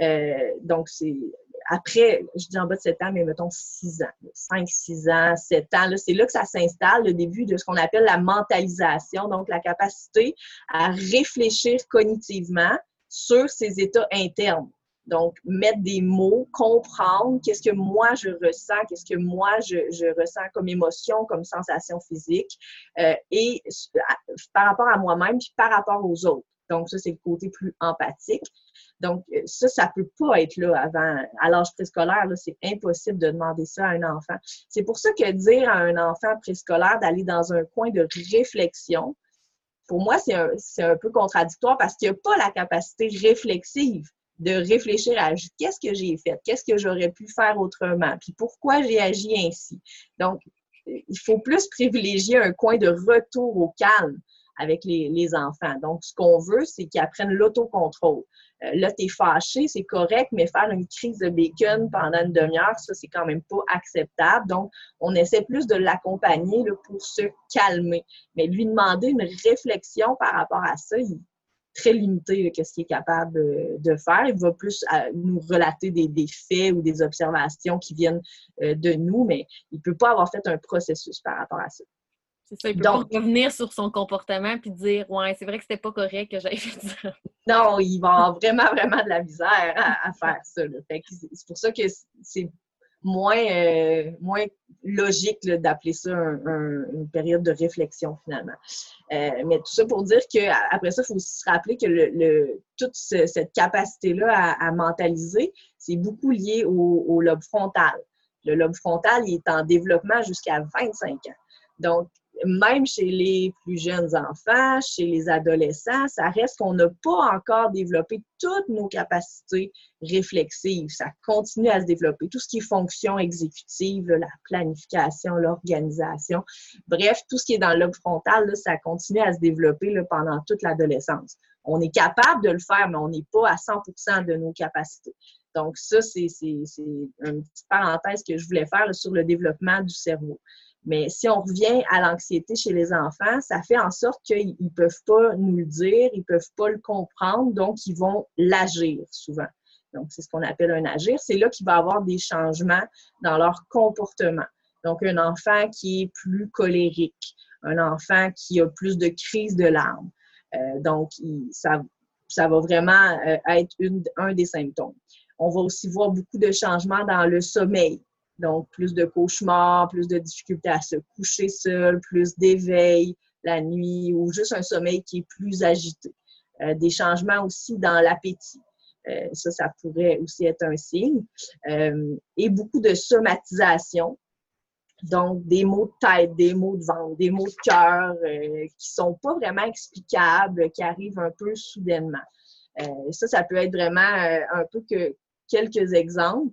Donc, après, je dis en bas de 7 ans, mais mettons 6 ans, 5, 6 ans, 7 ans, c'est là que ça s'installe, le début de ce qu'on appelle la mentalisation, donc la capacité à réfléchir cognitivement sur ses états internes. Donc, mettre des mots, comprendre qu'est-ce que moi je ressens, qu'est-ce que moi je ressens comme émotion, comme sensation physique, et par rapport à moi-même, puis par rapport aux autres. Donc, ça, c'est le côté plus empathique. Donc, ça peut pas être là à l'âge préscolaire. Là, c'est impossible de demander ça à un enfant. C'est pour ça que dire à un enfant préscolaire d'aller dans un coin de réflexion, pour moi, c'est un peu contradictoire parce qu'il n'y a pas la capacité réflexive de réfléchir à qu'est-ce que j'ai fait, qu'est-ce que j'aurais pu faire autrement, puis pourquoi j'ai agi ainsi. Donc, il faut plus privilégier un coin de retour au calme avec les enfants. Donc, ce qu'on veut, c'est qu'ils apprennent l'autocontrôle. Là, t'es fâché, c'est correct, mais faire une crise de bacon pendant une demi-heure, ça, c'est quand même pas acceptable. Donc, on essaie plus de l'accompagner là, pour se calmer. Mais lui demander une réflexion par rapport à ça, il est très limité qu'est-ce qu'il est capable de faire. Il va plus nous relater des faits ou des observations qui viennent de nous, mais il ne peut pas avoir fait un processus par rapport à ça. C'est ça, il peut pas revenir sur son comportement puis dire « Ouais, c'est vrai que c'était pas correct que j'aille fait ça. » Non, il va avoir vraiment, vraiment de la misère à faire ça. C'est pour ça que c'est moins logique là, d'appeler ça une période de réflexion, finalement. Mais tout ça pour dire qu'après ça, il faut aussi se rappeler que toute cette capacité-là à mentaliser, c'est beaucoup lié au lobe frontal. Le lobe frontal, il est en développement jusqu'à 25 ans. Donc, même chez les plus jeunes enfants, chez les adolescents, ça reste qu'on n'a pas encore développé toutes nos capacités réflexives. Ça continue à se développer. Tout ce qui est fonction exécutive, la planification, l'organisation, bref, tout ce qui est dans le lobe frontal, là, ça continue à se développer là, pendant toute l'adolescence. On est capable de le faire, mais on n'est pas à 100% de nos capacités. Donc ça, c'est une petite parenthèse que je voulais faire là, sur le développement du cerveau. Mais si on revient à l'anxiété chez les enfants, ça fait en sorte qu'ils ne peuvent pas nous le dire, ils ne peuvent pas le comprendre, donc ils vont l'agir souvent. Donc, c'est ce qu'on appelle un agir. C'est là qu'il va y avoir des changements dans leur comportement. Donc, un enfant qui est plus colérique, un enfant qui a plus de crises de larmes. Donc, ça va vraiment être un des symptômes. On va aussi voir beaucoup de changements dans le sommeil. Donc, plus de cauchemars, plus de difficultés à se coucher seul, plus d'éveil la nuit ou juste un sommeil qui est plus agité. Des changements aussi dans l'appétit. Ça pourrait aussi être un signe. Et beaucoup de somatisation. Donc, des maux de tête, des maux de ventre, des maux de cœur qui sont pas vraiment explicables, qui arrivent un peu soudainement. Ça peut être vraiment un peu que quelques exemples.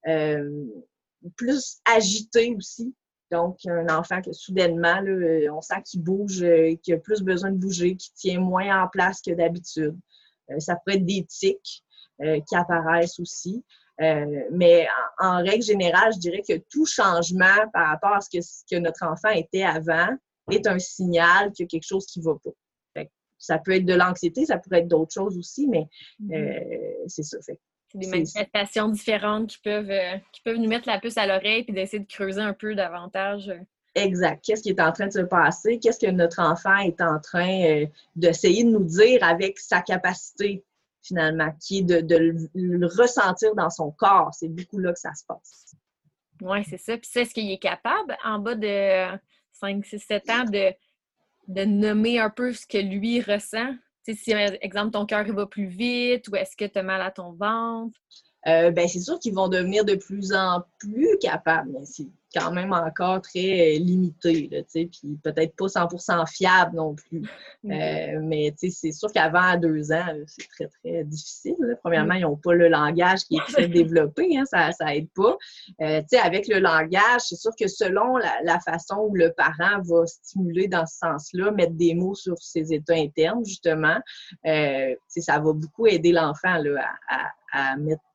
Plus agité aussi. Donc, un enfant que soudainement, là, on sent qu'il bouge, qu'il a plus besoin de bouger, qu'il tient moins en place que d'habitude. Ça pourrait être des tics qui apparaissent aussi. Mais en règle générale, je dirais que tout changement par rapport à ce que notre enfant était avant est un signal qu'il y a quelque chose qui ne va pas. Ça peut être de l'anxiété, ça pourrait être d'autres choses aussi, mais c'est ça. C'est des manifestations différentes qui peuvent nous mettre la puce à l'oreille et d'essayer de creuser un peu davantage. Exact. Qu'est-ce qui est en train de se passer? Qu'est-ce que notre enfant est en train d'essayer de nous dire avec sa capacité, finalement, qui est de le ressentir dans son corps. C'est beaucoup là que ça se passe. Oui, c'est ça. Puis ça, est-ce qu'il est capable, en bas de 5, 6, 7 ans, de nommer un peu ce que lui ressent? Tu sais, si, par exemple, ton cœur va plus vite ou est-ce que tu as mal à ton ventre? C'est sûr qu'ils vont devenir de plus en plus capables, mais c'est quand même encore très limité, là, puis peut-être pas 100% fiable non plus. Mais c'est sûr qu'avant, à 2 ans, c'est très, très difficile. Là. Premièrement, ils n'ont pas le langage qui est très développé, hein, ça aide pas. Avec le langage, c'est sûr que selon la façon où le parent va stimuler dans ce sens-là, mettre des mots sur ses états internes, justement, ça va beaucoup aider l'enfant là, à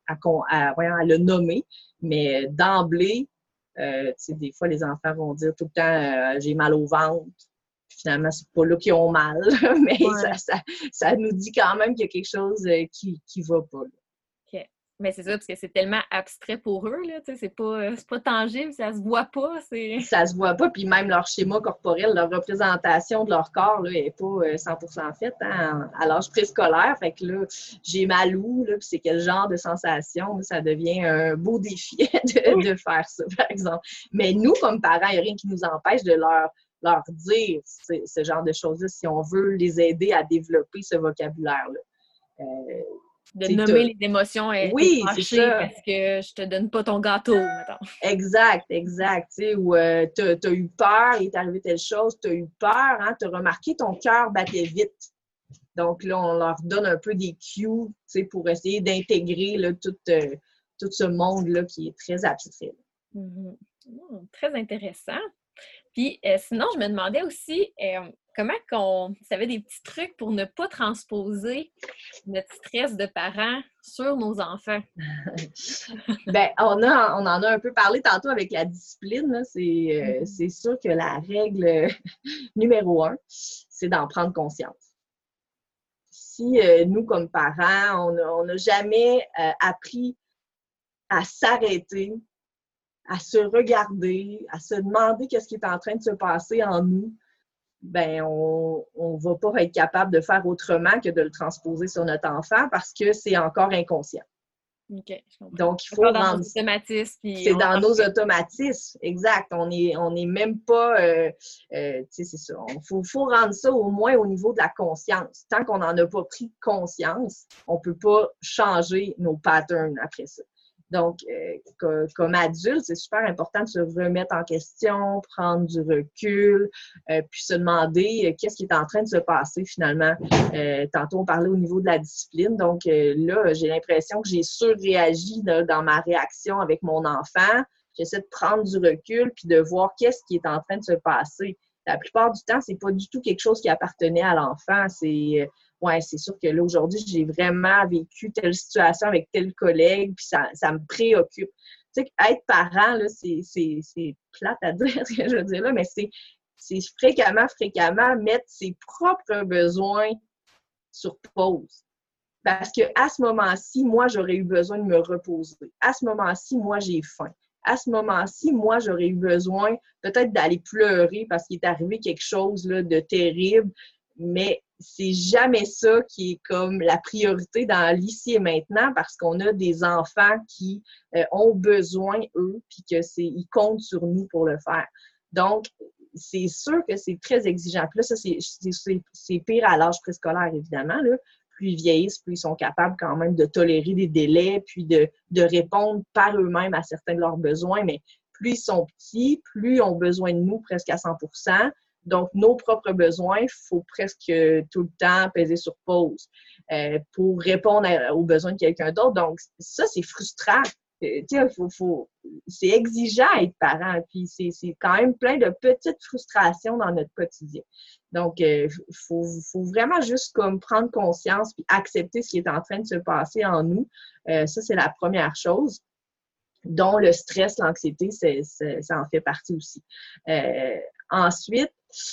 le nommer, mais d'emblée, des fois, les enfants vont dire tout le temps « j'ai mal au ventre ». Finalement, c'est pas là qu'ils ont mal, mais ça nous dit quand même qu'il y a quelque chose qui va pas. Là. OK. Mais c'est ça, parce que c'est tellement abstrait pour eux, là, c'est pas tangible, ça se voit pas. Ça se voit pas, puis même leur schéma corporel, leur représentation de leur corps là, est pas 100% faite hein, à l'âge préscolaire. Fait que là, j'ai mal où, là, puis c'est quel genre de sensation, là, ça devient un beau défi de faire ça, par exemple. Mais nous, comme parents, il n'y a rien qui nous empêche de leur dire ce genre de choses-là si on veut les aider à développer ce vocabulaire-là. De nommer les émotions et oui, c'est ça. Parce que je te donne pas ton gâteau, mettons. Exact. Ou t'as eu peur, il est arrivé telle chose, t'as eu peur, hein, t'as remarqué ton cœur battait vite. Donc là, on leur donne un peu des cues, pour essayer d'intégrer là, tout ce monde-là qui est très abstrait. Très intéressant. Puis sinon, je me demandais aussi comment qu'on savait des petits trucs pour ne pas transposer notre stress de parents sur nos enfants. On en a un peu parlé tantôt avec la discipline. Là. C'est sûr que la règle numéro 1, c'est d'en prendre conscience. Si nous, comme parents, on n'a jamais appris à s'arrêter, à se regarder, à se demander qu'est-ce qui est en train de se passer en nous, on ne va pas être capable de faire autrement que de le transposer sur notre enfant parce que c'est encore inconscient. OK, je comprends. Donc, il faut rendre... dans nos automatismes. C'est dans nos automatismes, exact. On est même pas... c'est ça. Il faut rendre ça au moins au niveau de la conscience. Tant qu'on n'en a pas pris conscience, on ne peut pas changer nos patterns après ça. Donc, comme adulte, c'est super important de se remettre en question, prendre du recul, puis se demander qu'est-ce qui est en train de se passer finalement. Tantôt, on parlait au niveau de la discipline. Donc, là, j'ai l'impression que j'ai surréagi dans ma réaction avec mon enfant. J'essaie de prendre du recul puis de voir qu'est-ce qui est en train de se passer. La plupart du temps, c'est pas du tout quelque chose qui appartenait à l'enfant. C'est sûr que là, aujourd'hui, j'ai vraiment vécu telle situation avec tel collègue, puis ça me préoccupe. Tu sais, être parent, là, c'est plate à dire ce que je veux dire là, mais c'est fréquemment mettre ses propres besoins sur pause. Parce qu'à ce moment-ci, moi, j'aurais eu besoin de me reposer. À ce moment-ci, moi, j'ai faim. à ce moment-ci, moi, j'aurais eu besoin peut-être d'aller pleurer parce qu'il est arrivé quelque chose là, de terrible, mais c'est jamais ça qui est comme la priorité dans l'ici et maintenant parce qu'on a des enfants qui ont besoin, eux, puis ils comptent sur nous pour le faire. Donc, c'est sûr que c'est très exigeant. Puis là, ça, c'est pire à l'âge préscolaire, évidemment, là. Plus ils vieillissent, plus ils sont capables quand même de tolérer des délais, puis de répondre par eux-mêmes à certains de leurs besoins. Mais plus ils sont petits, plus ils ont besoin de nous presque à 100%. Donc, nos propres besoins, il faut presque tout le temps peser sur pause pour répondre aux besoins de quelqu'un d'autre. Donc, ça, c'est frustrant. C'est exigeant être parent, puis c'est quand même plein de petites frustrations dans notre quotidien. Donc, faut vraiment juste comme prendre conscience puis accepter ce qui est en train de se passer en nous. Ça, c'est la première chose, dont le stress, l'anxiété, ça en fait partie aussi. Ensuite,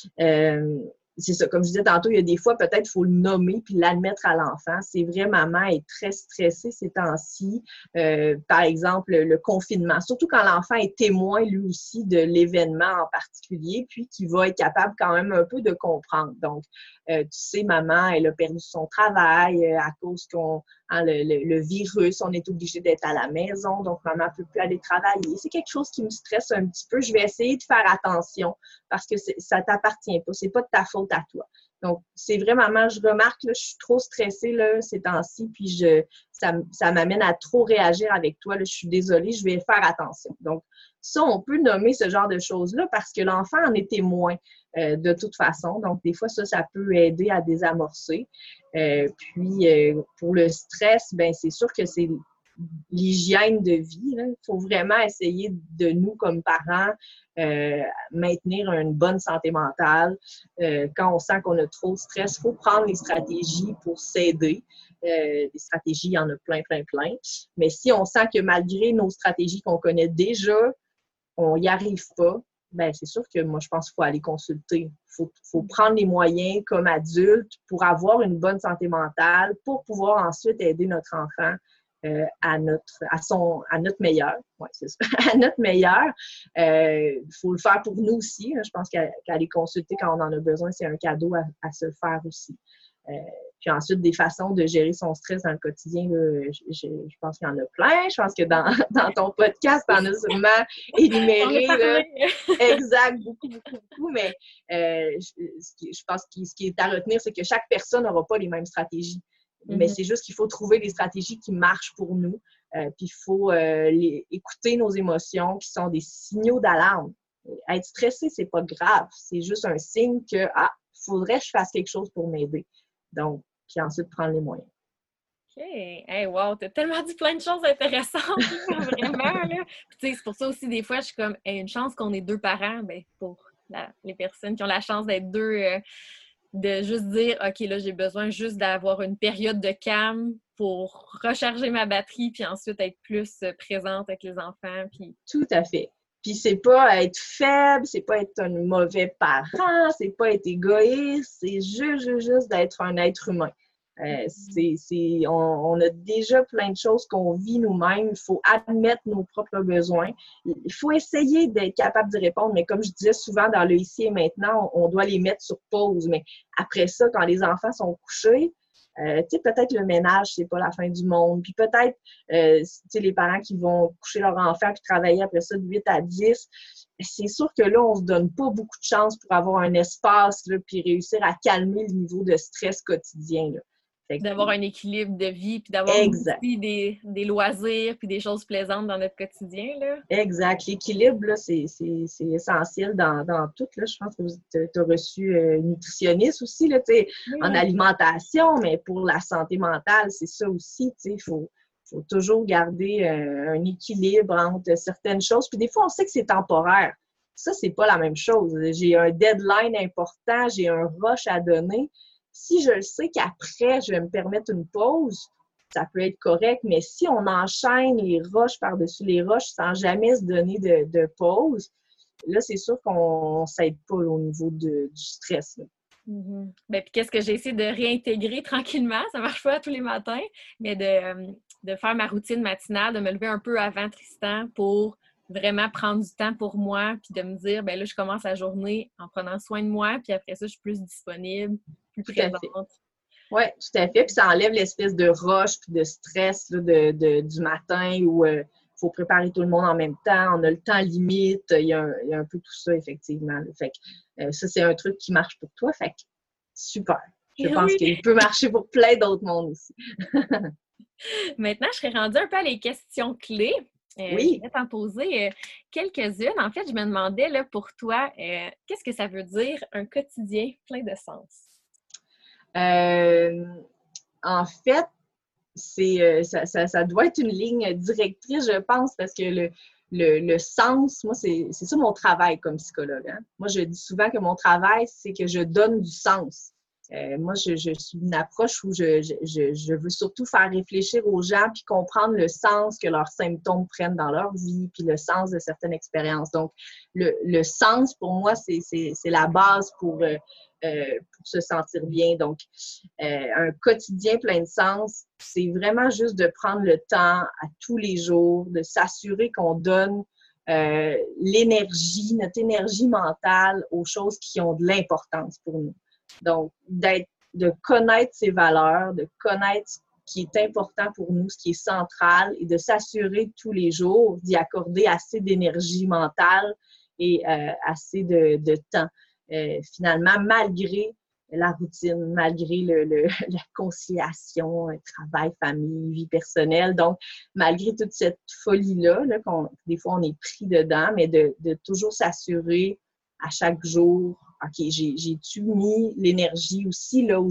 c'est ça, comme je disais tantôt, il y a des fois, peut-être, il faut le nommer puis l'admettre à l'enfant. C'est vrai, maman est très stressée ces temps-ci. Par exemple, le confinement, surtout quand l'enfant est témoin, lui aussi, de l'événement en particulier, puis qu'il va être capable quand même un peu de comprendre. Donc, tu sais, maman, elle a perdu son travail à cause le virus, on est obligé d'être à la maison, donc maman ne peut plus aller travailler. C'est quelque chose qui me stresse un petit peu. Je vais essayer de faire attention parce que ça ne t'appartient pas. C'est pas de ta faute à toi. Donc, c'est vrai, maman, je remarque, là, je suis trop stressée là, ces temps-ci, puis ça m'amène à trop réagir avec toi. Là, je suis désolée, je vais faire attention. Donc, ça, on peut nommer ce genre de choses-là parce que l'enfant en est témoin de toute façon. Donc, des fois, ça peut aider à désamorcer. Pour le stress, ben c'est sûr que c'est l'hygiène de vie. Il faut vraiment essayer de nous, comme parents, maintenir une bonne santé mentale. Quand on sent qu'on a trop de stress, il faut prendre les stratégies pour s'aider. Des stratégies, il y en a plein. Mais si on sent que malgré nos stratégies qu'on connaît déjà, on n'y arrive pas, ben c'est sûr que moi, je pense qu'il faut aller consulter. Il faut prendre les moyens comme adulte pour avoir une bonne santé mentale, pour pouvoir ensuite aider notre enfant à notre meilleur. Ouais, c'est ça. À notre meilleur. Il faut le faire pour nous aussi. Je pense qu'aller consulter quand on en a besoin, c'est un cadeau à se faire aussi. Puis ensuite, des façons de gérer son stress dans le quotidien, là, je pense qu'il y en a plein. Je pense que dans ton podcast, tu en as sûrement énuméré. Là. Exact, beaucoup. Mais je pense que ce qui est à retenir, c'est que chaque personne n'aura pas les mêmes stratégies. Mais c'est juste qu'il faut trouver des stratégies qui marchent pour nous. Puis il faut écouter nos émotions qui sont des signaux d'alarme. Être stressé, c'est pas grave. C'est juste un signe que faudrait que je fasse quelque chose pour m'aider. Donc, puis ensuite prendre les moyens. OK. Hey, wow! T'as tellement dit plein de choses intéressantes, vraiment, là. Puis, tu sais, c'est pour ça aussi, des fois, je suis comme, une chance qu'on est deux parents, ben, pour les personnes qui ont la chance d'être deux, de juste dire, OK, là, j'ai besoin juste d'avoir une période de calme pour recharger ma batterie, puis ensuite être plus présente avec les enfants. Puis... Tout à fait. Puis c'est pas être faible, c'est pas être un mauvais parent, c'est pas être égoïste, c'est juste d'être un être humain. On a déjà plein de choses qu'on vit nous-mêmes. Il faut admettre nos propres besoins. Il faut essayer d'être capable d'y répondre, mais comme je disais souvent dans le ici et maintenant, on doit les mettre sur pause. Mais après ça, quand les enfants sont couchés, peut-être le ménage, c'est pas la fin du monde. Puis peut-être, les parents qui vont coucher leur enfant puis travailler après ça de 8 à 10, c'est sûr que là, on se donne pas beaucoup de chance pour avoir un espace là, puis réussir à calmer le niveau de stress quotidien. Là. D'avoir un équilibre de vie, puis d'avoir aussi des loisirs, puis des choses plaisantes dans notre quotidien. Là. Exact. L'équilibre, là, c'est essentiel dans tout. Là. Je pense que tu as reçu nutritionniste aussi, là, en alimentation, mais pour la santé mentale, c'est ça aussi. Il faut toujours garder un équilibre entre certaines choses. Puis des fois, on sait que c'est temporaire. Ça, c'est pas la même chose. J'ai un deadline important, j'ai un rush à donner. Si je le sais qu'après, je vais me permettre une pause, ça peut être correct, mais si on enchaîne les rushs par-dessus les rushs sans jamais se donner de pause, là, c'est sûr qu'on ne s'aide pas là, au niveau du stress. Mm-hmm. Ben, puis qu'est-ce que j'ai essayé de réintégrer tranquillement, ça ne marche pas tous les matins, mais de faire ma routine matinale, de me lever un peu avant Tristan pour vraiment prendre du temps pour moi, puis de me dire, ben là, je commence la journée en prenant soin de moi, puis après ça, je suis plus disponible, plus présente. Oui, tout à fait. Puis ça enlève l'espèce de rush puis de stress là, du matin où il faut préparer tout le monde en même temps, on a le temps limite, il y a un peu tout ça, effectivement. Là. Fait que ça, c'est un truc qui marche pour toi. Fait que super. Je pense qu'il peut marcher pour plein d'autres mondes aussi. Maintenant, je serais rendue un peu à les questions clés. Oui. Je vais t'en poser quelques-unes. En fait, je me demandais, là, pour toi, qu'est-ce que ça veut dire un quotidien plein de sens? En fait, ça doit être une ligne directrice, je pense, parce que le sens, moi, c'est ça mon travail comme psychologue. Hein? Moi, je dis souvent que mon travail, c'est que je donne du sens. Moi, je suis une approche où je veux surtout faire réfléchir aux gens puis comprendre le sens que leurs symptômes prennent dans leur vie puis le sens de certaines expériences. Donc, le sens, pour moi, c'est la base pour se sentir bien. Donc, un quotidien plein de sens, c'est vraiment juste de prendre le temps à tous les jours, de s'assurer qu'on donne l'énergie, notre énergie mentale aux choses qui ont de l'importance pour nous. Donc, de connaître ses valeurs, de connaître ce qui est important pour nous, ce qui est central, et de s'assurer tous les jours d'y accorder assez d'énergie mentale et assez de temps. Finalement, malgré la routine, malgré la conciliation, travail, famille, vie personnelle. Donc, malgré toute cette folie-là, des fois on est pris dedans, mais de toujours s'assurer à chaque jour, OK, j'ai-tu mis l'énergie aussi là où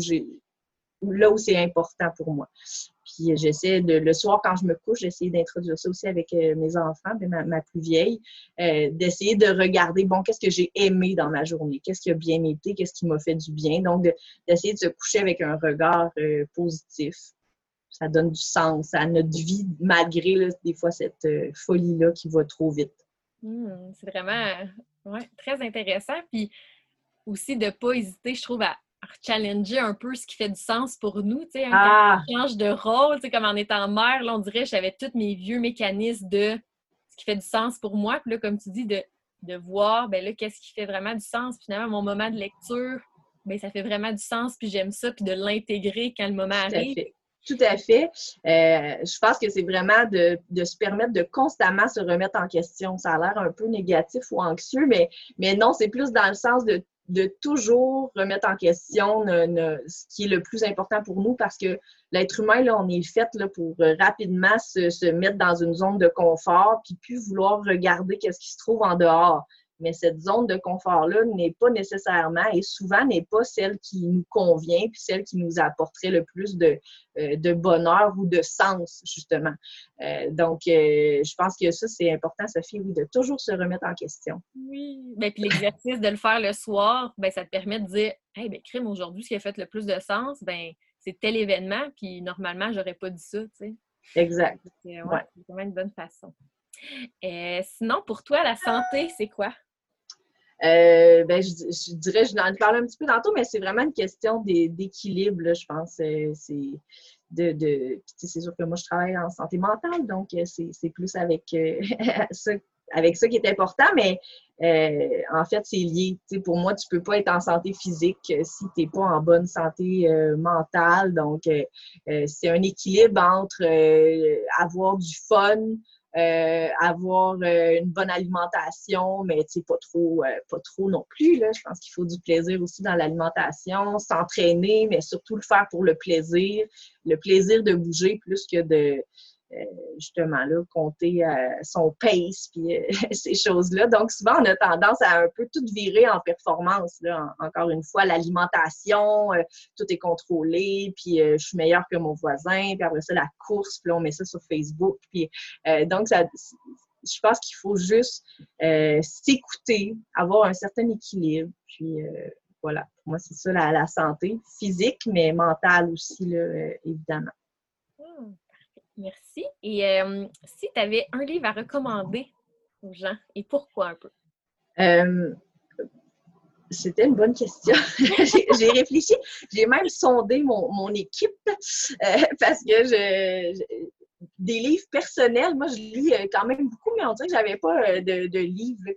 c'est important pour moi. Puis j'essaie le soir, quand je me couche, j'essaie d'introduire ça aussi avec mes enfants, ma plus vieille, d'essayer de regarder, bon, qu'est-ce que j'ai aimé dans ma journée, qu'est-ce qui a bien été, qu'est-ce qui m'a fait du bien. Donc, d'essayer de se coucher avec un regard positif. Ça donne du sens à notre vie, malgré là, des fois cette folie-là qui va trop vite. C'est vraiment très intéressant. Puis aussi de ne pas hésiter, je trouve, à challenger un peu ce qui fait du sens pour nous, tu sais, quand on change de rôle, tu sais, comme en étant mère, là, on dirait que j'avais tous mes vieux mécanismes de ce qui fait du sens pour moi, puis là, comme tu dis, de voir, ben là, qu'est-ce qui fait vraiment du sens, puis finalement, mon moment de lecture, ben ça fait vraiment du sens, puis j'aime ça, puis de l'intégrer quand le moment arrive. Tout à fait. Je pense que c'est vraiment de se permettre de constamment se remettre en question. Ça a l'air un peu négatif ou anxieux, mais non, c'est plus dans le sens de toujours remettre en question ce qui est le plus important pour nous, parce que l'être humain, là, on est fait là, pour rapidement se mettre dans une zone de confort puis plus vouloir regarder qu'est-ce qui se trouve en dehors. Mais cette zone de confort-là n'est pas nécessairement et souvent n'est pas celle qui nous convient puis celle qui nous apporterait le plus de bonheur ou de sens, justement. Donc, je pense que ça, c'est important, Sophie, oui, de toujours se remettre en question. Oui. Bien, puis l'exercice de le faire le soir, bien, ça te permet de dire « Hey, bien, crime, aujourd'hui, ce qui a fait le plus de sens, bien, c'est tel événement, puis normalement, j'aurais pas dit ça, tu sais. » Exact. C'est vraiment une bonne façon. Sinon, pour toi, la santé, c'est quoi? Je dirais, je en parlais un petit peu tantôt, mais c'est vraiment une question d'équilibre, là, je pense. C'est sûr que moi, je travaille en santé mentale, donc c'est plus avec ça qui est important, mais en fait, c'est lié. T'sais, pour moi, tu peux pas être en santé physique si tu n'es pas en bonne santé mentale. Donc, c'est un équilibre entre avoir du fun, avoir une bonne alimentation, mais tu sais, pas trop non plus, là. Je pense qu'il faut du plaisir aussi dans l'alimentation, s'entraîner, mais surtout le faire pour le plaisir de bouger plus que de justement là, compter son pace puis ces choses-là. Donc, souvent, on a tendance à un peu tout virer en performance, là. Encore une fois, l'alimentation, tout est contrôlé, puis je suis meilleure que mon voisin, puis après ça, la course, puis là, on met ça sur Facebook. Puis, donc, je pense qu'il faut juste s'écouter, avoir un certain équilibre, puis voilà. Pour moi, c'est ça la santé physique, mais mentale aussi, là, évidemment. Merci. Et si tu avais un livre à recommander aux gens, et pourquoi un peu? C'était une bonne question. J'ai réfléchi. J'ai même sondé mon équipe parce que des livres personnels, moi, je lis quand même beaucoup, mais on dirait que j'avais pas de livre là,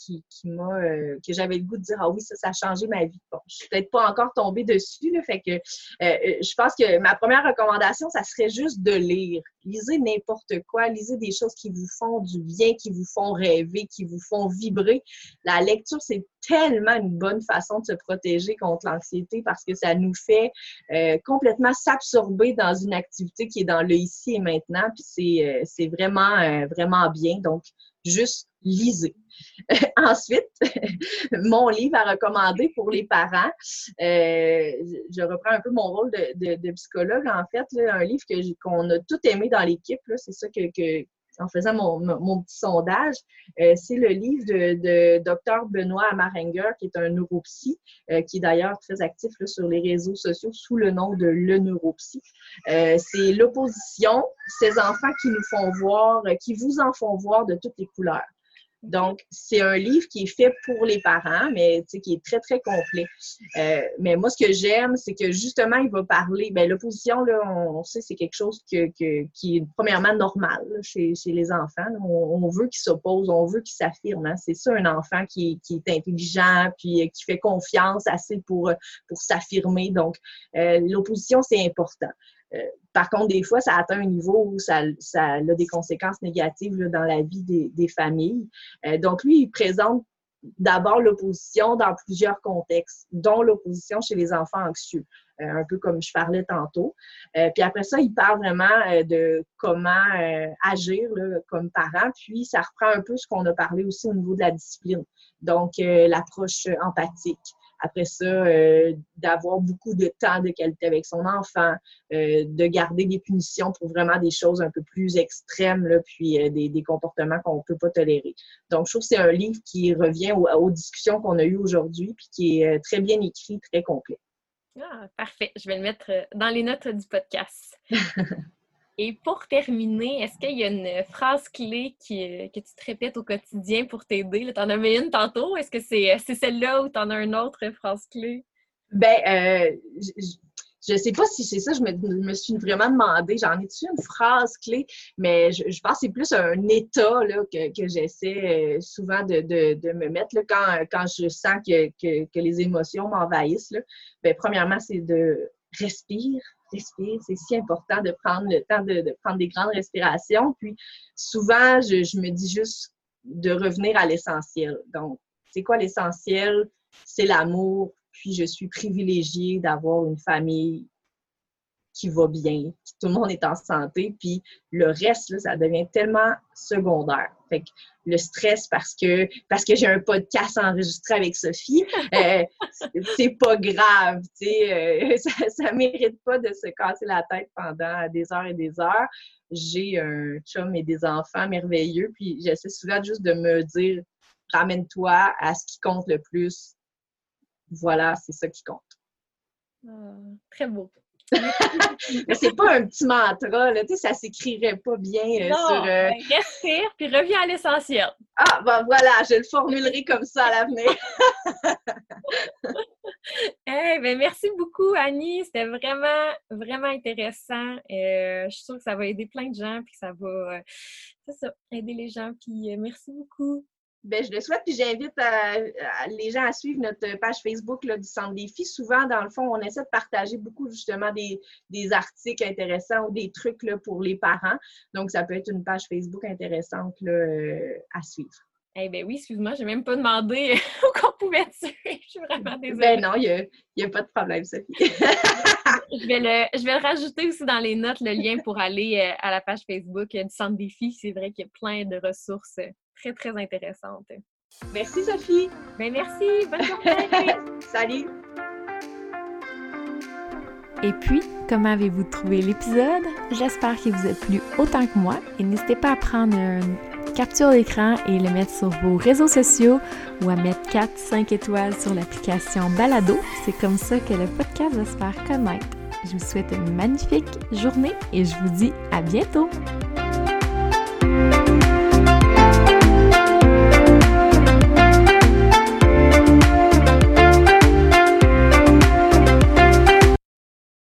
que j'avais le goût de dire « Ah oui, ça a changé ma vie ». Bon, je suis peut-être pas encore tombée dessus, là, fait que je pense que ma première recommandation, ça serait juste de lire. Lisez n'importe quoi, lisez des choses qui vous font du bien, qui vous font rêver, qui vous font vibrer. La lecture, c'est tellement une bonne façon de se protéger contre l'anxiété parce que ça nous fait complètement s'absorber dans une activité qui est dans le ici et maintenant, puis c'est vraiment, vraiment bien. Donc, juste lisez. Ensuite, mon livre à recommander pour les parents, je reprends un peu mon rôle de psychologue, en fait, là, un livre qu'on a tout aimé dans l'équipe, là, c'est ça en faisant mon petit sondage, c'est le livre de Dr. Benoît Amarenger, qui est un neuropsy, qui est d'ailleurs très actif là, sur les réseaux sociaux sous le nom de Le Neuropsy. C'est l'opposition, ces enfants qui nous font voir, qui vous en font voir de toutes les couleurs. Donc, c'est un livre qui est fait pour les parents, mais qui est très, très complet. Mais moi, ce que j'aime, c'est que justement, il va parler... Bien, l'opposition, là, on sait, c'est quelque chose qui est premièrement normal là, chez les enfants. On veut qu'ils s'opposent, on veut qu'ils s'affirment. Hein. C'est ça, un enfant qui est intelligent, puis qui fait confiance assez pour s'affirmer. Donc, l'opposition, c'est important. Par contre, des fois, ça atteint un niveau où ça a des conséquences négatives là, dans la vie des familles. Donc, lui, il présente d'abord l'opposition dans plusieurs contextes, dont l'opposition chez les enfants anxieux, un peu comme je parlais tantôt. Puis après ça, il parle vraiment de comment agir là, comme parent, puis ça reprend un peu ce qu'on a parlé aussi au niveau de la discipline, donc l'approche empathique. Après ça, d'avoir beaucoup de temps de qualité avec son enfant, de garder des punitions pour vraiment des choses un peu plus extrêmes, là, puis des comportements qu'on ne peut pas tolérer. Donc, je trouve que c'est un livre qui revient aux discussions qu'on a eues aujourd'hui, puis qui est très bien écrit, très complet. Ah, parfait. Je vais le mettre dans les notes du podcast. Et pour terminer, est-ce qu'il y a une phrase clé que tu te répètes au quotidien pour t'aider? Tu en avais une tantôt. Est-ce que c'est celle-là ou tu en as une autre phrase clé? Ben, je sais pas si c'est ça. Je me suis vraiment demandé. J'en ai-tu une phrase clé? Mais je pense que c'est plus un état là, que j'essaie souvent de me mettre là, quand je sens que les émotions m'envahissent. Là. Ben, premièrement, c'est de respire, c'est si important de prendre le temps de prendre des grandes respirations. Puis souvent, je me dis juste de revenir à l'essentiel. Donc, c'est quoi l'essentiel? C'est l'amour. Puis je suis privilégiée d'avoir une famille qui va bien, tout le monde est en santé, puis le reste, là, ça devient tellement secondaire. Fait que le stress parce que j'ai un podcast enregistré avec Sophie, c'est pas grave, tu sais, ça mérite pas de se casser la tête pendant des heures et des heures. J'ai un chum et des enfants merveilleux, puis j'essaie souvent juste de me dire, ramène-toi à ce qui compte le plus. Voilà, c'est ça qui compte. Très beau. Mais c'est pas un petit mantra, là, tu sais, ça s'écrirait pas bien non, sur... respire, puis reviens à l'essentiel. Ah, ben voilà, je le formulerai comme ça à l'avenir. Ben, merci beaucoup, Annie. C'était vraiment, vraiment intéressant. Je suis sûre que ça va aider plein de gens, puis ça va, aider les gens. Puis merci beaucoup. Ben, je le souhaite, puis j'invite les gens à suivre notre page Facebook là, du Centre des filles. Souvent, dans le fond, on essaie de partager beaucoup justement des articles intéressants ou des trucs là, pour les parents. Donc, ça peut être une page Facebook intéressante là, à suivre. Eh bien oui, excuse-moi, j'ai même pas demandé qu'on pouvait te suivre. Je suis vraiment désolée. Ben non, il n'y a pas de problème, Sophie. Je vais le rajouter aussi dans les notes, le lien pour aller à la page Facebook du Centre des filles. C'est vrai qu'il y a plein de ressources très, très intéressantes. Merci, Sophie. Ben merci. Bonne journée. Salut. Et puis, comment avez-vous trouvé l'épisode? J'espère qu'il vous a plu autant que moi. Et n'hésitez pas à prendre une capture d'écran et le mettre sur vos réseaux sociaux ou à mettre 4-5 étoiles sur l'application Balado. C'est comme ça que le podcast va se faire connaître. Je vous souhaite une magnifique journée et je vous dis à bientôt!